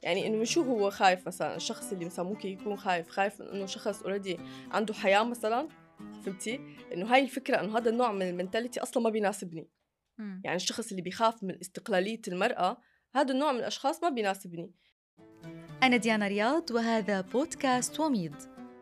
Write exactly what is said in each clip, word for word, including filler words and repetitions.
يعني إنه من شو هو خايف مثلا الشخص اللي مثلا ممكن يكون خايف خايف إنه شخص اوريدي عنده حياة مثلا، فهمتي؟ إنه هاي الفكرة إنه هذا النوع من المنتاليتي أصلا ما بيناسبني. مم. يعني الشخص اللي بيخاف من استقلالية المرأة، هذا النوع من الأشخاص ما بيناسبني. أنا ديانا رياض وهذا بودكاست وميض.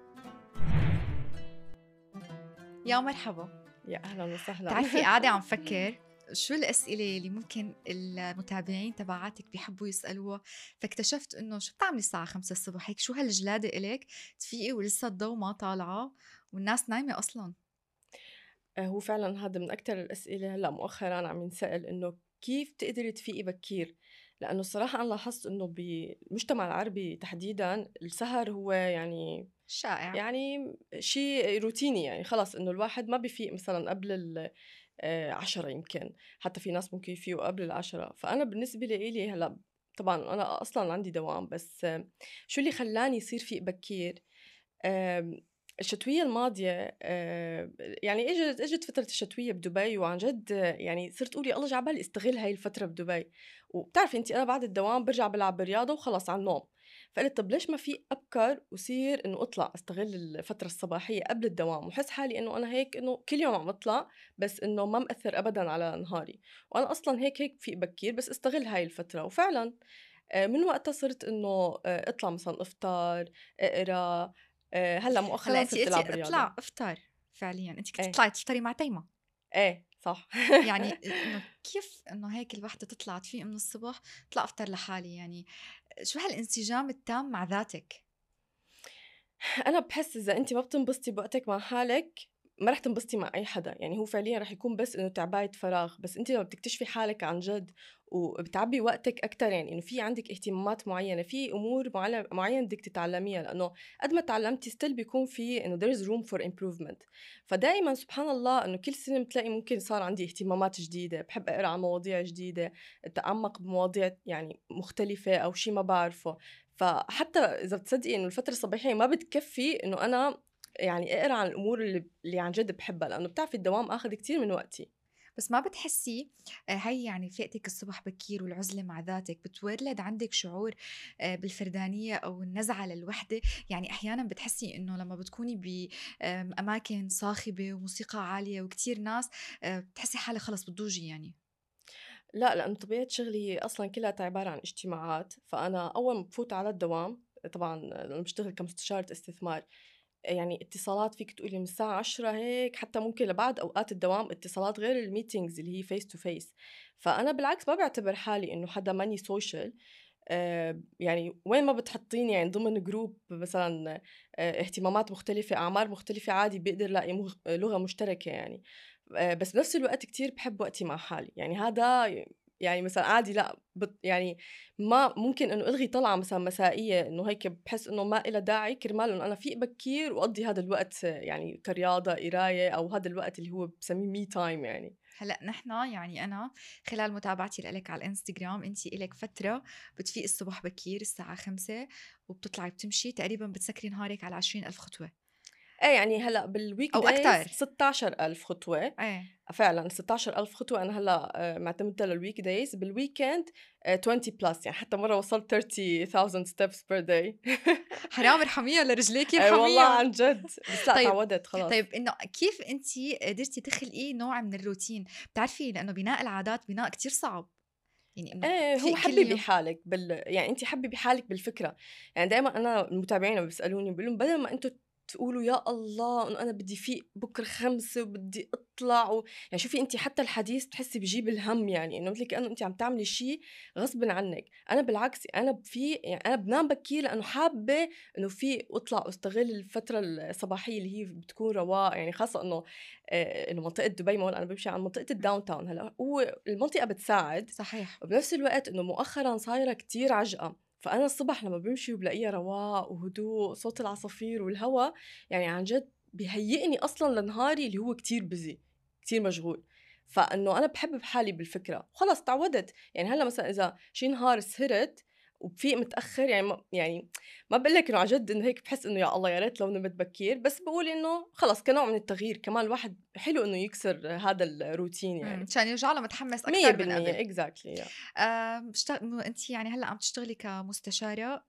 يا مرحبا. يا أهلا وسهلا. تعرفي قاعدة عم فكر شو الأسئلة اللي ممكن المتابعين تبعاتك بيحبوا يسألوها، فاكتشفت إنه شو بتعملي الساعة خمسة الصبح هيك؟ شو هالجلادة إلك تفيقي ولسه الضوء ما طالعة والناس نايمة أصلاً؟ آه، هو فعلا هذا من أكتر الأسئلة هلا مؤخرا عم ينسأل، إنه كيف تقدري تفيقي بكير؟ لأنه الصراحة أنا لاحظت إنه بالمجتمع العربي تحديدا السهر هو يعني شائع. يعني شيء روتيني، يعني خلص إنه الواحد ما بيفيق مثلا قبل ال آه، عشرة، يمكن حتى في ناس ممكن يفيقوا قبل العشرة. فأنا بالنسبة لي هلا طبعا أنا أصلا عندي دوام، بس آه، شو اللي خلاني يصير فيق بكير؟ آمم، الشتوية الماضية آآ، يعني إجت إجت فترة الشتوية بدبي، وعن جد آه، يعني صرت أقول يا الله على بالي استغل هاي الفترة بدبي. وبتعرفي أنتِ أنا بعد الدوام بارجع بالعب رياضة وخلص على النوم. فقُلت طب ليش ما في أبكر وصير إنه أطلع أستغل الفترة الصباحية قبل الدوام، وأحس حالي إنه أنا هيك إنه كل يوم عم أطلع، بس إنه ما مأثر أبدًا على نهاري. وأنا أصلًا هيك هيك بفيق بكير، بس استغل هاي الفترة. وفعلًا آآ، من وقتها صرت إنه آآ، أطلع مثلًا أفطر، أقرا. آآ هلّأ هلا مؤخرًا أنت صرت قلتي ألعب رياضة. اطلع افطر، فعليا أنت كنت إيه، تطلعي تفطري مع تيمة. إيه صح. يعني إنه كيف إنه هيك الوحدة تطلع تفيق من الصبح تطلع أفطر لحالي؟ يعني شو هالانسجام التام مع ذاتك؟ أنا باحس إذا أنتِ ما بتنبسطي بوقتِك مع حالِك، ما رح تنبسطي مع أي حدا. يعني هو فعليًا رح يكون بس إنه تعباية فراغ. بس أنتِ لمّا بتكتشفي حالِك عن جد وبتعبّي وقتِك أكتر، يعني إنه في عندِك اهتمامات معيّنة، في أمور معل معيّنة بدِك تتعلميها، لإنه قد ما تعلمتِ still بيكون في إنه there is room for improvement. فدايمًا سبحان الله إنه كل سنة بتلاقي ممكن صار عندي اهتمامات جديدة، باحب أقرا عن مواضيع جديدة، أتعمق بمواضيع يعني مختلفة أو شي ما باعرفه. فحتى إذا بتصدقي إنه الفترة الصباحية ما بتكفّي إنه أنا يعني أقرا عن الأمور اللي اللي عن جد باحبها، لإنه بتعرفي الدوام آخد كتير من وقتي. بس ما بتحسي آه، هي يعني فيقتك الصبح بكير والعزلة مع ذاتك بتولد عندك شعور آه، بالفردانية أو النزعة للوحدة؟ يعني أحيانا بتحسي إنه لما بتكوني بأماكن صاخبة وموسيقى عالية وكتير ناس آه، بتحسي حالك خلص بتضوجي يعني؟ لأ، لإنه طبيعة شغلي هي أصلًا كلّها عبارة عن اجتماعات. فأنا أول ما بافوت على الدوام طبعًا أنا باشتغل كمستشارة استثمار، يعني اتصالات فيك تقولي من الساعة عشرة هيك، حتى ممكن لبعد أوقات الدوام اتصالات غير الmeetings اللي هي face to face. فأنا بالعكس ما باعتبر حالي إنه حدا ماني social. آآ يعني وين ما بتحطّيني يعني ضمن group مثلًا آآ اهتمامات مختلفة، أعمار مختلفة، عادي باقدر لاقي مغ لغة مشتركة يعني. آآ بس بنفس الوقت كتير باحب وقتي مع حالي. يعني هذا ي يعني مثلًا عادي لأ بت يعني ما ممكن إنه ألغي طلعة مثلًا مسائية، إنه هيك باحس إنه ما إلها داعي كرمال إنه أنا فيق بكير وأقضّي هذا الوقت يعني كرياضة، قراية، أو هذا الوقت اللي هو بسميه me time يعني. هلا نحن يعني أنا خلال متابعتي لك على الانستغرام أنت إلك فترة بتفيق الصبح بكير الساعة خمسة وبتطلعي بتمشي تقريبا بتسكري نهارك على عشرين ألف خطوة إيه يعني هلأ أو بالweekdays أكتر. ستة عشر ألف خطوة. إيه. فعلًا ستة عشر ألف خطوة أنا هلأ آآ معتمدتها للweekdays. بالweekend آآ عشرين plus، يعني حتى مرة وصلت thirty thousand steps per day. حرام ارحميهم لرجليك أي والله يرحميهم. عن جد، بس لأ طيب. اتعودت خلاص. طيب إنه كيف أنتِ قدرتِ تخلقي نوع من الروتين؟ بتعرفي لإنه بناء العادات بناء كتير صعب، يعني إنه إيه هو تفيق كل حبّبي يوم. حالِك بال يعني أنتِ حبّبي حالِك بالفكرة. يعني دايمًا أنا المتابعين لمّا بيسألوني باقول لهم بدل ما أنتم تقولوا يا الله إنه أنا بدي فيق بكرة خمسة وبدي أطلع و يعني شوفي أنتِ حتى الحديث بتحسّي بيجيب الهَم، يعني إنه مثل كإنه أنتِ عم تعملي شي غصبٍ عنِّك. أنا بالعكس أنا بفيق يعني أنا بانام بكير لإنه حابة إنه فيق وأطلع وأستغل الفترة الصباحية اللي هي بتكون رواق. يعني خاصة إنه آآ إنه منطقة دبي ما هون أنا بامشي عن منطقة إمم. الdowntown. هلأ هو المنطقة بتساعد، صحيح. وبنفس الوقت إنه مؤخرًا صايرة كتير عجقة. فأنا الصبح لمّا بامشي وبالاقيها رواق وهدوء، صوت العصافير والهوا، يعني عن جد بيهيئني أصلًا لنهاري اللي هو كتير busy، كتير مشغول. فإنه أنا باحبب حالي بالفكرة، وخلص اتعودت. يعني هلّأ مثلًا إذا شي نهار سهرت وبفيق متأخر، يعني ما يعني ما باقول لك إنه عن جد إنه هيك باحس إنه يا الله يا ريت لو نمت بكير، بس باقول إنه خلص كنوع من التغيير، كمان الواحد حلو إنه يكسر هذا الروتين إمم، يعني. مشان يرجع له متحمس أكتر من مية بالمية قبل. exactly yeah. آآ بشت م أنتِ يعني هلأ عم تشتغلي كمستشارة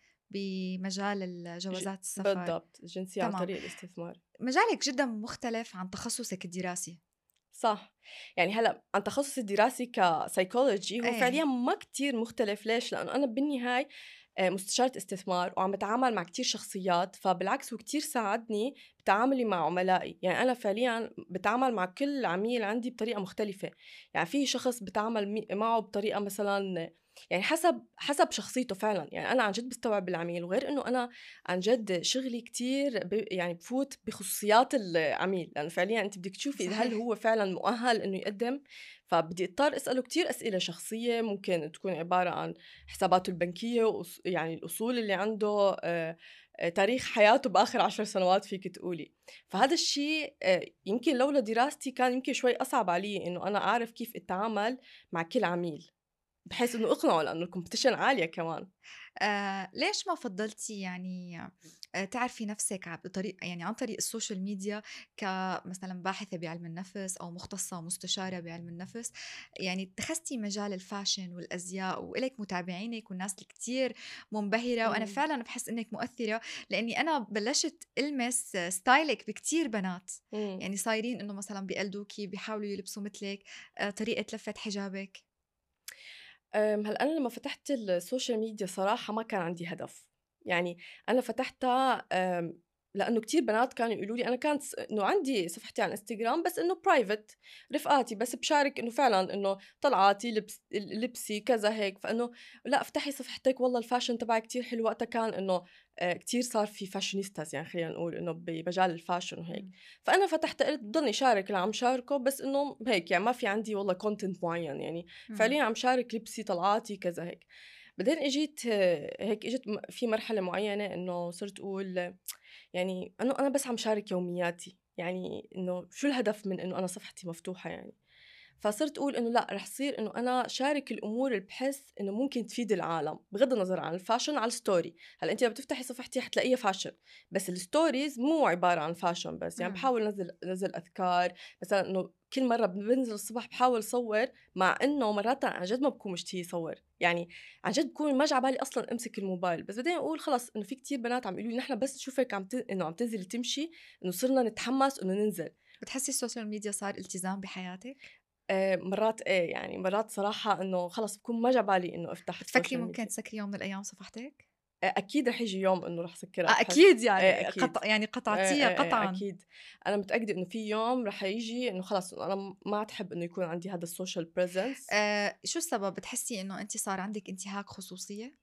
بمجال ج الجوازات السفر. بالضبط، الجنسية عن تمام. طريق الاستثمار. مجالِك جدًا مختلف عن تخصصِك الدراسي. صح. يعني هلأ عن تخصُّصي الدراسي كpsychology هو إيه. فعليًا ما كتير مختلف، ليش؟ لإنه أنا بالنهاية آآ مستشارة استثمار وعم باتعامل مع كتير شخصيات، فبالعكس هو كتير ساعدني بتعاملي مع عملائي، يعني أنا فعليًا باتعامل مع كل عميل عندي بطريقة مختلفة، يعني في شخص باتعامل م معه بطريقة مثلًا يعني حسب حسب شخصيته فعلًا، يعني أنا عن جد باستوعب العميل، وغير إنه أنا عن جد شغلي كتير ب يعني بفوت بخصوصيات العميل، لإنه فعليًا أنتِ بدِك تشوفي إذا هل صحيح. هو فعلًا مؤهل إنه يقدّم، فبدي أضطر أسأله كتير أسئلة شخصية ممكن تكون عبارة عن حساباته البنكية وأص يعني الأصول اللي عنده، آآ، آآ، تاريخ حياته بآخر عشر سنوات فيكِ تقولي، فهذا الشيء آآ، يمكن لولا دراستي كان يمكن شوي أصعب علي إنه أنا أعرف كيف أتعامل مع كل عميل، بحيث إنه أقنعه لإنه الcompetition عالية كمان. آآ ليش ما فضّلتِ يعني آآ تعرفي نَفْسِك ع بطريق يعني عن طريق السوشيال ميديا كمثلًا باحثة بعلم النفس أو مختصة مستشارة بعلم النفس، يعني اتخذتِ مجال الفاشن والأزياء وإلِك متابعينِك والناس اللي كتير منبهرة، وأنا إمم، فعلًا باحس إنِّك مؤثرة، لإني أنا بلّشت ألمس ستايلِك بكتير بنات، إمم. يعني صايرين إنه مثلًا بيقلدوكِ، بيحاولوا يلبسوا مثلِك، آآ طريقة لفة حجابِك. آمم، هلأ أنا لمّا فتحت السوشيال ميديا صراحة ما كان عندي هدف، يعني أنا فتحتها آمم، لإنه كتير بنات كانوا يقولوا لي أنا كانت س إنه عندي صفحتي على الإنستجرام بس إنه private رفقاتي بس باشارك إنه فعلًا إنه طلعاتي، لبس ال لبسي كذا هيك، فإنه لأ افتحي صفحتِك والله الفاشن تبعِك كتير حلو، وقتها كان إنه آآ، كتير صار في fashionistas يعني خلّينا نقول إنه بمجال الفاشن وهيك، إمم. فأنا فتحتها قُلت بضلني شارك اللي عم شاركه بس إنه هيك يعني ما في عندي والله content معين يعني إمم. فعليًا عم شارك لبسي، طلعاتي، كذا هيك. بعدين إجيت آه، هيك إجت م في مرحلة معيّنة إنه صرت أقول يعني إنه أنا بس عم شارك يومياتي، يعني إنه شو الهدف من إنه أنا صفحتي مفتوحة يعني؟ فصرت أقول إنه لأ رح صير إنه أنا شارك الأمور اللي باحس إنه ممكن تفيد العالم، بغض النظر عن الفاشن على الستوري، هلأ أنتِ لمّا بتفتحي صفحتي حتلاقيها فاشن، بس الستوريز مو عبارة عن فاشن بس، يعني إمم. باحاول أنزّل أنزّل أذكار، مثلًا إنه كل مرة بانزل الصبح باحاول صوّر، مع إنه مرات عن جد ما باكون مشتهية صوّر، يعني عن جد بكون ما جا على بالي أصلًا أمسك الموبايل، بس بعدين أقول خلص إنه في كتير بنات عم يقولوا لي نحن بس نشوفِك عم ت إنه عم تنزلي تمشي، إنه صرنا نتحمس إنه ننزل. بتحسّي السوشيال ميديا صار التزام بحياتِك؟ آآ مرات إيه، يعني مرات صراحة إنه خلص بكون ما جا بالي إنه أفتح بتفكري social ممكن media. تسكري يوم من الأيام صفحتِك؟ أ أكيد رح ييجي يوم إنه رح سكّرها آه باحس. أكيد يعني إيه أكيد. قط يعني إيه، قطعتيها إيه، إيه، قطعًا. أكيد. أنا متأكدة إنه في يوم رح ييجي إنه خلص أنا م ما عاد حب إنه يكون عندي هذا الsocial presence. آآ شو السبب؟ بتحسّي إنه أنتِ صار عندِك انتهاك خصوصية؟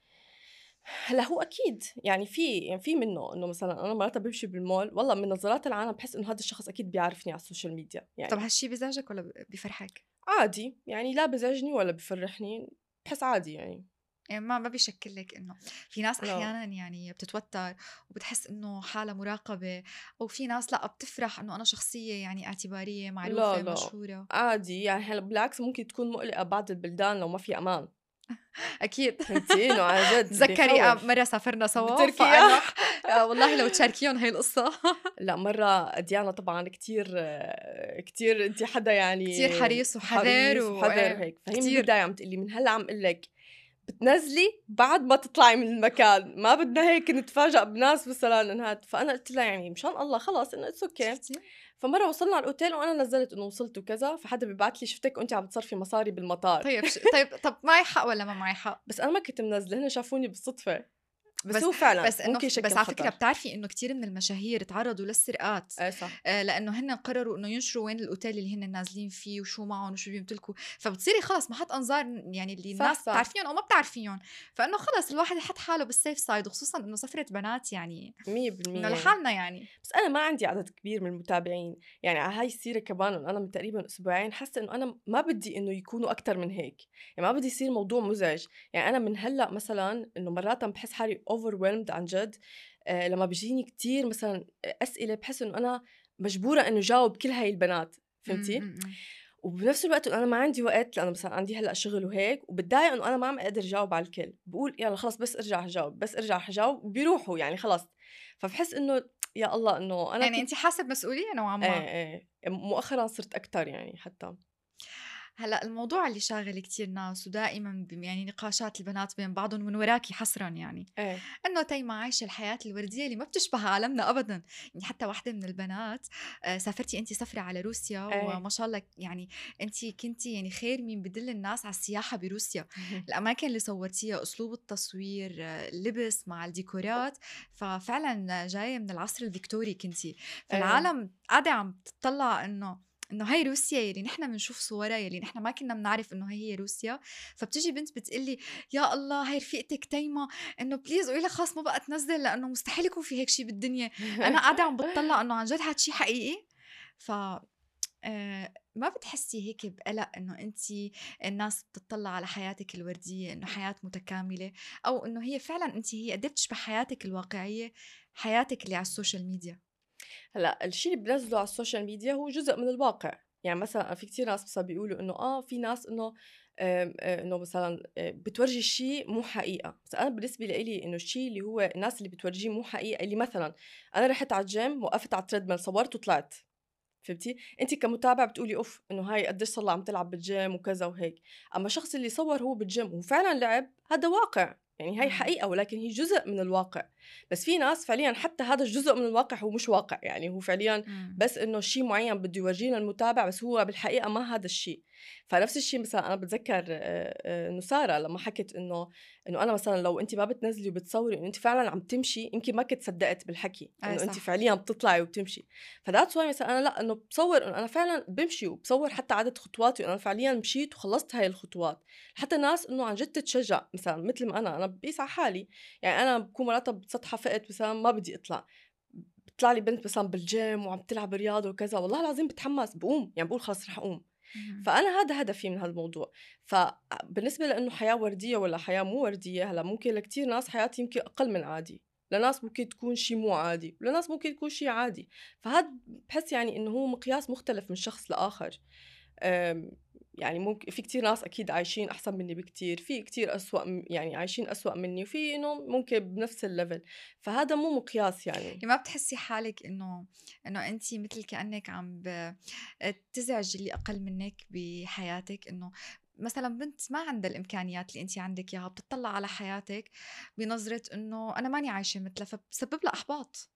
هلأ هو أكيد يعني في يعني في منّه إنه مثلًا أنا مرات بامشي بالmall والله من نظرات العالم باحس إنه هذا الشخص أكيد بيعرفني على الsocial media طَب يعني هالشي بيزعجِك والّا ب بيفرحِك؟ عادي، يعني لا بيزعجني ولا بيفرحني، باحس عادي يعني. يعني ما ما بيشكّل لِك إنه في ناس لا، أحيانًا يعني بتتوتّر وبتحس إنه حالها مراقبة، أو في ناس لأ بتفرح إنه أنا شخصية يعني اعتبارية، لا، معروفة، لا، مشهورة. عادي يعني هلأ بالعكس ممكن تكون مُقلقة ببعض البلدان لو ما في أمان، أكيد. فهمتِ؟ إنه عن جد تذكّري آه بيخوّف. مرّة سافرنا سوا بتركيا فأنا آه والله لو تشاركيهم هاي القصّة. لأ مرّة ديانا طبعًا كتير كتير أنتِ حدا يعني كتير حريص وحذر حريص وحذر وإيه هيك، فهي من كتير. البداية عم تقول لي من هلّأ عم أقول لِك بتنزلي بعد ما تطلعي من المكان، ما بدنا هيك نتفاجأ بناس مثلًا إنهات، فأنا قُلت لها يعني مشان الله خلص إنه it's okay. شُفتِ؟ فمرّة وصلنا على الأوتيل وأنا نزّلت إنه وصلت وكذا، فحدا بيبعت لي شُفتِك وأنتِ عم بتصرفي مصاري بالمطار، طيب ش طيب طَب معي حق والّا ما معي حق؟ بس أنا ما كنت منزلة، هن شافوني بالصدفة، بس بس هو فعلًا بس إنه ممكن ف بس يشكّل على فكرة خطر. بتعرفي إنه كتير من المشاهير تعرّضوا للسرقات، إيه صح، آآ لإنه هن قرروا إنه ينشروا وين الأوتيل اللي هن نازلين فيه وشو معهم وشو بيمتلكوا، فبتصيري خلص محط أنظار ن يعني اللي صح، الناس صح. بتعرفيهم أو ما بتعرفيهم، فإنه خلص الواحد يحط حاله بالsafe side، وخصوصًا إنه سفرة بنات يعني إنه مية بالمية. لحالنا يعني. بس أنا ما عندي عدد كبير من المتابعين، يعني على هاي السيرة كمان إنه أنا من تقريبًا أسبوعين حاسة إنه أنا ما بدي إنه يكونوا أكتر من هيك، يعني ما بدي يصير موضوع مزعج، يعني أنا من هلأ مثلًا إنه مرات عم باحس حالي overwhelmed عن جد، آآ لمّا بيجيني كتير مثلًا أسئلة باحس إنه أنا مجبورة إنه جاوب كل هاي البنات، إمم. فهمتِ؟ إمم. إمم. وبنفس الوقت إنه أنا ما عندي وقت لأنه مثلًا عندي هلأ شغل وهيك، وباتضايق إنه أنا ما عم أقدر جاوب على الكل، باقول يالّا خلص بس أرجع حجاوب، بس أرجع حجاوب وبيروحوا يعني خلص. فباحس إنه يا الله إنه أنا يعني كنت أنتِ حاسة بمسؤولية نوعًا ما. إيه، إيه، مؤخرًا صرت أكتر يعني حتى. هلأ الموضوع اللي شاغل كتير ناس ودائمًا ب يعني نقاشات البنات بين بعضهم من وراكِ حصرًا يعني، إيه. إنه تيمة عايشة الحياة الوردية اللي ما بتشبه عالمنا أبدًا. يعني حتى واحدة من البنات آآ سافرتِ أنتِ سفرة على روسيا إيه. وما شاء الله يعني أنتِ كنتِ يعني خير مين بيدل الناس على السياحة بروسيا. الأماكن اللي صورتيها، أسلوب التصوير، آه، اللبس مع الديكورات، ففعلًا جاية من العصر الفيكتوري كنتِ. إيه. فالعالم قاعدة عم تطلّع إنه إنه هاي روسيا يلّي نحن بنشوف صورها، يلّي نحن ما كنّا بنعرف إنه هي روسيا. فبتيجي بنت بتقول لي: "يا الله هاي رفيقتك تيمة، إنه بليز قولي لها خلص ما بقى تنزّل لإنه مستحيل يكون في هيك شي بالدنيا." أنا قاعدة عم باتطلّع إنه عن جد هاد شي حقيقي. ف آآ ما بتحسّي هيك بقلق إنه أنتِ الناس بتطلّع على حياتِك الوردية إنه حياة متكاملة، أو إنه هي فعلًا أنتِ هي قد إيه بتشبه حياتِك الواقعية، حياتِك اللي على السوشيال ميديا؟ هلأ الشي اللي بينزّله على السوشيال ميديا هو جزء من الواقع، يعني مثلًا في كتير ناس مثلًا بيقولوا إنه آه في ناس إنه آمم، آآ، إنه مثلًا آآ، بتورجي شي مو حقيقة، بس أنا بالنسبة لإلي إنه الشي اللي هو الناس اللي بتورجيه مو حقيقة، اللي مثلًا أنا رحت على الgym وقفت على الtreadmill صورت وطلعت، فهمتِ؟ أنتِ كمتابع بتقولي أوف إنه هاي قديش صار لها عم تلعب بالgym وكذا وهيك، أمّا الشخص اللي صوّر هو بالgym وفعلًا لعب هذا واقع، يعني هاي إمم. حقيقة ولكن هي جزء من الواقع. بس في ناس فعليًا حتى هذا الجزء من الواقع هو مش واقع، يعني هو فعليًا إمم. بس إنه شي معيّن بده يورجيه للمتابع بس هو بالحقيقة ما هذا الشي. فنفس الشي مثلًا أنا باتذكّر آآ آآ إنه سارة لمّا حكت إنه إنه أنا مثلًا لو أنتِ ما بتنزلي وبتصوري إنه أنتِ فعلًا عم تمشي، يمكن ما كنت صدّقت بالحكي، أي إنه أنتِ صح. فعليًا بتطلعي وبتمشي. فthat's why مثلًا أنا لأ، إنه باصوّر إنه أنا فعلًا بامشي وباصوّر حتى عدد خطواتي وأنا فعليًا مشيت وخلّصت هاي الخطوات، حتى الناس إنه عن جد تتشجّع، مثلًا متل ما أنا، أنا باقيس على حالي، يعني أنا باكون مرات بتصحى فقت مثلًا ما بدي أطلع، بتطلع لي بنت مثلًا بالgym وعم تلعب رياضة وكذا، والله العظيم باتحمس باقوم، يعني باقول خلص رح أقوم. اهم. فأنا هذا هدفي من هالموضوع. فبالنسبة لإنه حياة وردية والّا حياة مو وردية، هلأ ممكن لكتير ناس حياتها يمكن أقل من عادي، لناس ممكن تكون شي مو عادي، ولناس ممكن يكون شي عادي، فهاد باحس يعني إنه هو مقياس مختلف من شخص لآخر. آمم، يعني ممكن في كتير ناس أكيد عايشين أحسن منّي بكتير، في كتير أسوأ م يعني عايشين أسوأ منّي، وفي إنه ممكن بنفس الlevel، فهذا مو مقياس يعني. يعني ما بتحسّي حالِك إنه إنه أنتِ متل كأنِّك عم ب آآ تزعجي اللي أقل منِّك بحياتِك، إنه مثلًا بنت ما عندها الإمكانيات اللي أنتِ عندِك إياها، بتطلّع على حياتِك بنظرة إنه أنا ماني عايشة مثلها، فبسبب لها إحباط.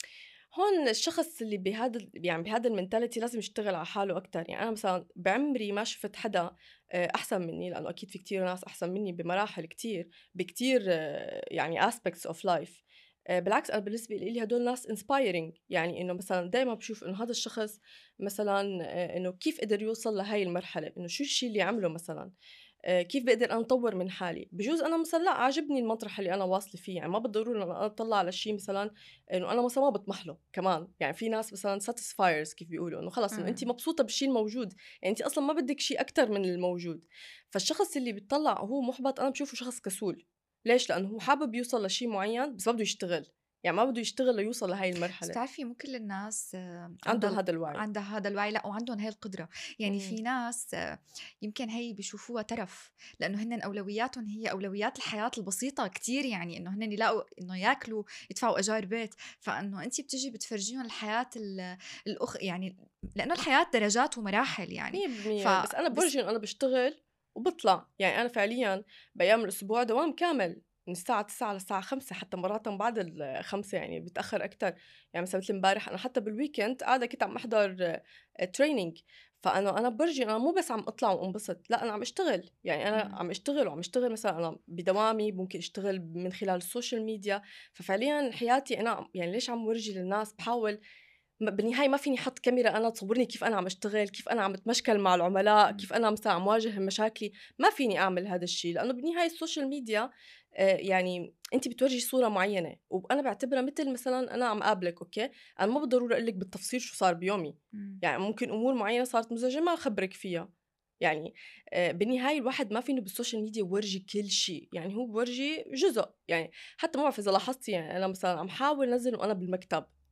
هون الشخص اللي بهذا ال يعني بهذا الmentality لازم يشتغل على حاله أكتر، يعني أنا مثلًا بعمري ما شُفت حدا آآ أحسن منّي، لإنه أكيد في كتير ناس أحسن منّي بمراحل كتير، بكتير آه، يعني aspects of life. آآ بالعكس أنا بالنسبة إلي هدول ناس inspiring، يعني إنه مثلًا دايمًا باشوف إنه هذا الشخص مثلًا آآ إنه كيف قدر يوصل لهاي المرحلة، إنه شو الشي اللي عمله مثلًا. آآ كيف باقدر أنا أطوّر من حالي، بجوز أنا مثلًا لأ عاجبني المطرح اللي أنا واصلة فيه، يعني ما بالضرورة إنه أنا أطلّع على شي مثلًا إنه أنا مثلًا ما باطمح له كمان، يعني في ناس مثلًا satisfiers كيف بيقولوا، إنه خلص إنه أنتِ إمم. مبسوطة بالشي الموجود، يعني أنتِ أصلًا ما بدِّك شي أكتر من الموجود. فالشخص اللي بيطلّع وهو مُحبط أنا باشوفه شخص كسول، ليش؟ لإنه هو حابب يوصل لشي معيّن بس ما بده يشتغل، يعني ما بده يشتغل ليوصل لهاي بس المرحلة، بتعرفي مو كل الناس آه، عندها عندهم ال هذا الوعي. عندها هذا الوعي، لأ وعندهم هاي القدرة. يعني إمم. في ناس آه، يمكن هي بيشوفوها ترف، لأنه هن أولوياتهم هي أولويات الحياة البسيطة كتير، يعني إنه هن يلاقوا إنه ياكلوا، يدفعوا إيجار بيت. فإنه أنتِ بتيجي بتفرجيهم الحياة ال الأخ يعني، لأنه الحياة درجات ومراحل يعني. مية بالمية بس أنا فبس بورجي إنه أنا باشتغل وباطلع، يعني أنا فعليًا بأيام الأسبوع دوام كامل من الساعة تسعة للساعة خمسة، حتى مرات بعد الخمسة يعني بيتأخر أكتر، يعني مثلًا متل امبارح أنا حتى بالweekend قاعدة كنت عم أحضر training، فأنا أنا بارجي أنا مو بس عم أطلع وانبسط، لأ أنا عم أشتغل، يعني أنا إمم. عم أشتغل وعم أشتغل مثلًا أنا بدوامي ممكن أشتغل من خلال السوشيال ميديا، ففعليًا حياتي أنا عم يعني ليش عم أورجي للناس باحاول م بالنهاية ما فيني أحط كاميرا أنا تصورني كيف أنا عم أشتغل، كيف أنا عم أتمشكل مع العملاء، إمم. كيف أنا مثلًا عم واجه مشاكلي، ما فيني أعمل هذا الشي، لأنه بالنهاية السوشيال ميديا آآ يعني أنتِ بتورجي صورة معيّنة، وأنا باعتبرها متل مثلًا أنا عم قابلِك أوكي، أنا ما بالضرورة أقول لِك بالتفصيل شو صار بيومي، إمم. يعني ممكن أمور معيّنة صارت مزعجة ما أخبرِك فيها، يعني آآ بالنهاية الواحد ما فينه بالسوشيال ميديا يورجي كل شي، يعني هو بيورجي جزء، يعني حتى ما بعرف إذا لاحظتِ يعني أنا مثلًا عم حاول أنزّل وأنا بالمكتب.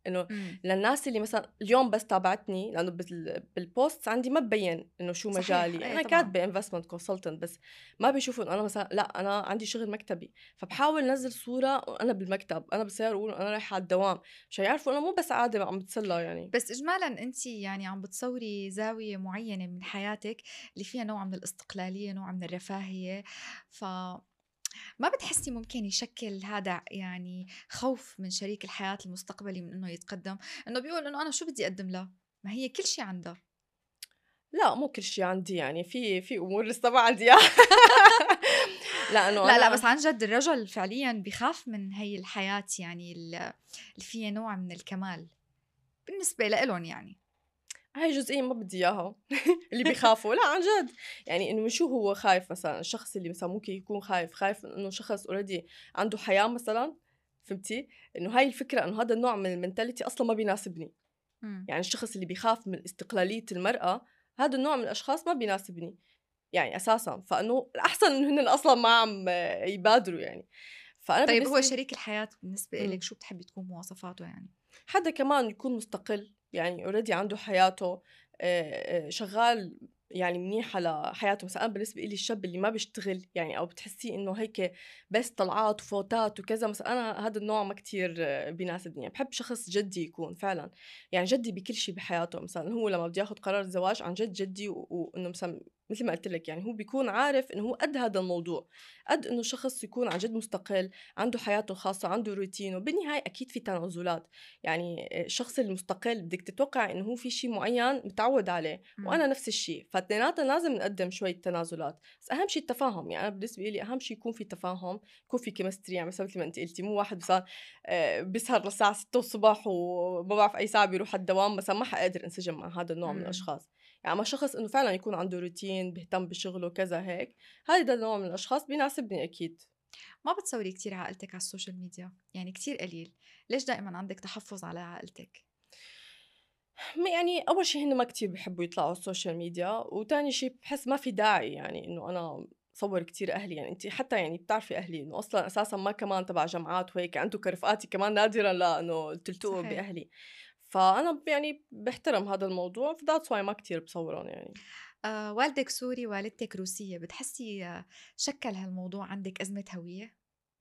إنه إمم. للناس اللي مثلًا اليوم بس تابعتني لإنه بال بالposts عندي ما ببين إنه شو صحيح، مجالي، إيه أنا طبعًا. كاتبة investment consultant بس ما بيشوفوا إنه أنا مثلًا لأ أنا عندي شغل مكتبي، فباحاول أنزّل صورة وأنا بالمكتب، أنا بالسيارة وأقول أنا رايحة على الدوام، مشان يعرفوا أنا مو بس قاعدة عم باتسلى يعني. بس إجمالًا أنتِ يعني عم بتصوري زاوية معيّنة من حياتِك اللي فيها نوع من الاستقلالية، نوع من الرفاهية، ف ما بتحسّي ممكن يشكِّل هذا يعني خوف من شريك الحياة المستقبلي من إنه يتقدّم، إنه بيقول إنه أنا شو بدي أقدّم له؟ ما هي كل شي عندها. لأ مو كل شي عندي يعني في في أمور لسه ما عندي إياها لإنه لأ، لأ، بس أنا عن جد الرجل فعليًا بيخاف من هي الحياة يعني ال اللي فيها نوع من الكمال، بالنسبة لإلُن يعني. هاي جزئية ما بدي إياها اللي بيخافوا لأ عن جد، يعني إنه من شو هو خايف مثلًا، الشخص اللي مثلًا ممكن يكون خايف، خايف من إنه شخص already عنده حياة مثلًا، فهمتِ؟ إنه هاي الفكرة إنه هذا النوع من الmentality أصلًا ما بيناسبني، إمم. يعني الشخص اللي بيخاف من استقلالية المرأة، هذا النوع من الأشخاص ما بيناسبني، يعني أساسًا، فإنه الأحسن إنه هنن أصلًا ما عم يبادروا يعني، فأنا طيب هو بالنسبة شريك الحياة بالنسبة إلِك إمم. شو بتحبّي تكون مواصفاته يعني؟ حدا كمان يكون مستقل يعني already عنده حياته آآ، آآ، شغال يعني منيح على حياته، مثلًا أنا بالنسبة إلي الشاب اللي ما بيشتغل يعني أو بتحسيه إنه هيك بس طلعات وفوتات وكذا، مثلًا أنا هذا النوع ما كتير آه، بيناسبني، يعني باحب شخص جدي يكون فعلًا، يعني جدي بكل شي بحياته، مثلًا هو لمّا بده ياخد قرار الزواج عن جد جدي و وإنه مثلًا مثل ما قُلت لك يعني هو بيكون عارف إنه هو قد هذا الموضوع، قد إنه شخص يكون عن جد مستقل، عنده حياته الخاصة، عنده روتينه، بالنهاية أكيد في تنازلات. يعني الشخص المستقل بدك تتوقع إنه هو في شي معين متعود عليه إمم. وأنا نفس الشي فاتنيناتنا لازم نقدم شوية تنازلات بس أهم شي التفاهم يعني أنا بالنسبة لي أهم شي يكون في تفاهم يكون في كيمستري يعني مثل مثل ما أنت قلتي مو واحد مثلا آه، بيسهر للساعة ستة الصبح وما بعرف أي ساعة بيروح على الدوام مثلا ما حقدر انسجم مع هذا النوع من إمم. الأشخاص يعني أما شخص إنه فعلا يكون عنده روتين بيهتم بشغله كذا هيك هذا النوع من الأشخاص بيناسبني أكيد ما بتصوري كتير عائلتِك على السوشيال ميديا، يعني كتير قليل، ليش دائمًا عندِك تحفُّظ على عائلتِك؟ م يعني أول شي هن ما كتير بيحبّوا يطلعوا على السوشيال ميديا، وتاني شي باحس ما في داعي يعني إنه أنا صوّر كتير أهلي، يعني أنتِ حتى يعني بتعرفي أهلي إنه أصلًا أساسًا ما كمان تبع جامعات وهيك، أنتم كرفقاتي كمان نادرًا لإنه تلتقوا صحيح. بأهلي، فأنا ب يعني باحترم هذا الموضوع فthat's why ما كتير باصوّرهم يعني. آآ والدِك سوري، والدتِك روسية، بتحسّي آه، شكّل هالموضوع عندِك أزمة هوية؟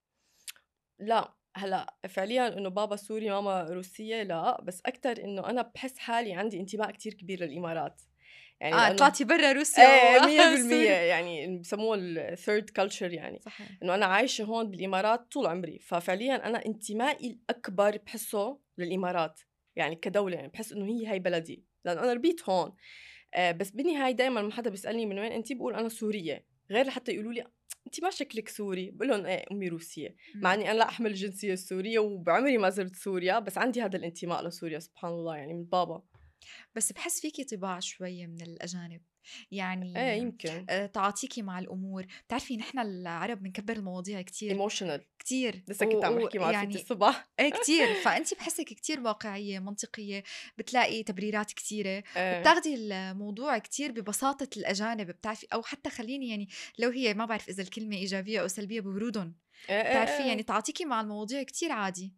لأ، هلأ فعليًا إنه بابا سوري ماما روسية لأ، بس أكتر إنه أنا باحس حالي عندي انتماء كتير كبير للإمارات، يعني آه، لإنه طلعتِ برّا روسيا إيه مية بالمية وسوريا. يعني بسموه الthird culture يعني، صحيح. إنه أنا عايشة هون بالإمارات طول عمري، ففعليًا أنا انتمائي الأكبر باحسّه للإمارات، يعني كدولة يعني باحس إنه هي هاي بلدي، لإنه أنا ربيت هون، آآ بس بالنهاية دايمًا لمّا حدا بيسألني من وين أنتِ باقول أنا سورية، غير لحتى يقولوا لي أنتِ ما شكلِك سوري، باقول لهم إيه أمي روسية، مع إمم. إني أنا لا أحمل الجنسية السورية وبعمري ما زرت سوريا، بس عندي هذا الانتماء لسوريا سبحان الله يعني من بابا. بس باحس فيكِ طباع شوية من الأجانب، إيه يعني يمكن آآ تعاطيكِ مع الأمور، بتعرفي نحن العرب بنكبّر المواضيع كتير، emotional كتير و لسه كنت عم باحكي مع رفيقتي ويعني الصبح. إيه كتير، فأنتِ باحسِّك كتير واقعية، منطقية، بتلاقي تبريرات كتيرة، إيه. وبتاخدي الموضوع كتير ببساطة الأجانب بتعرفي أو حتى خلّيني يعني لو هي ما بعرف إذا الكلمة إيجابية أو سلبية ببرودن، إيه، إيه، بتعرفي يعني إيه. تعاطيكِ مع المواضيع كتير عادي.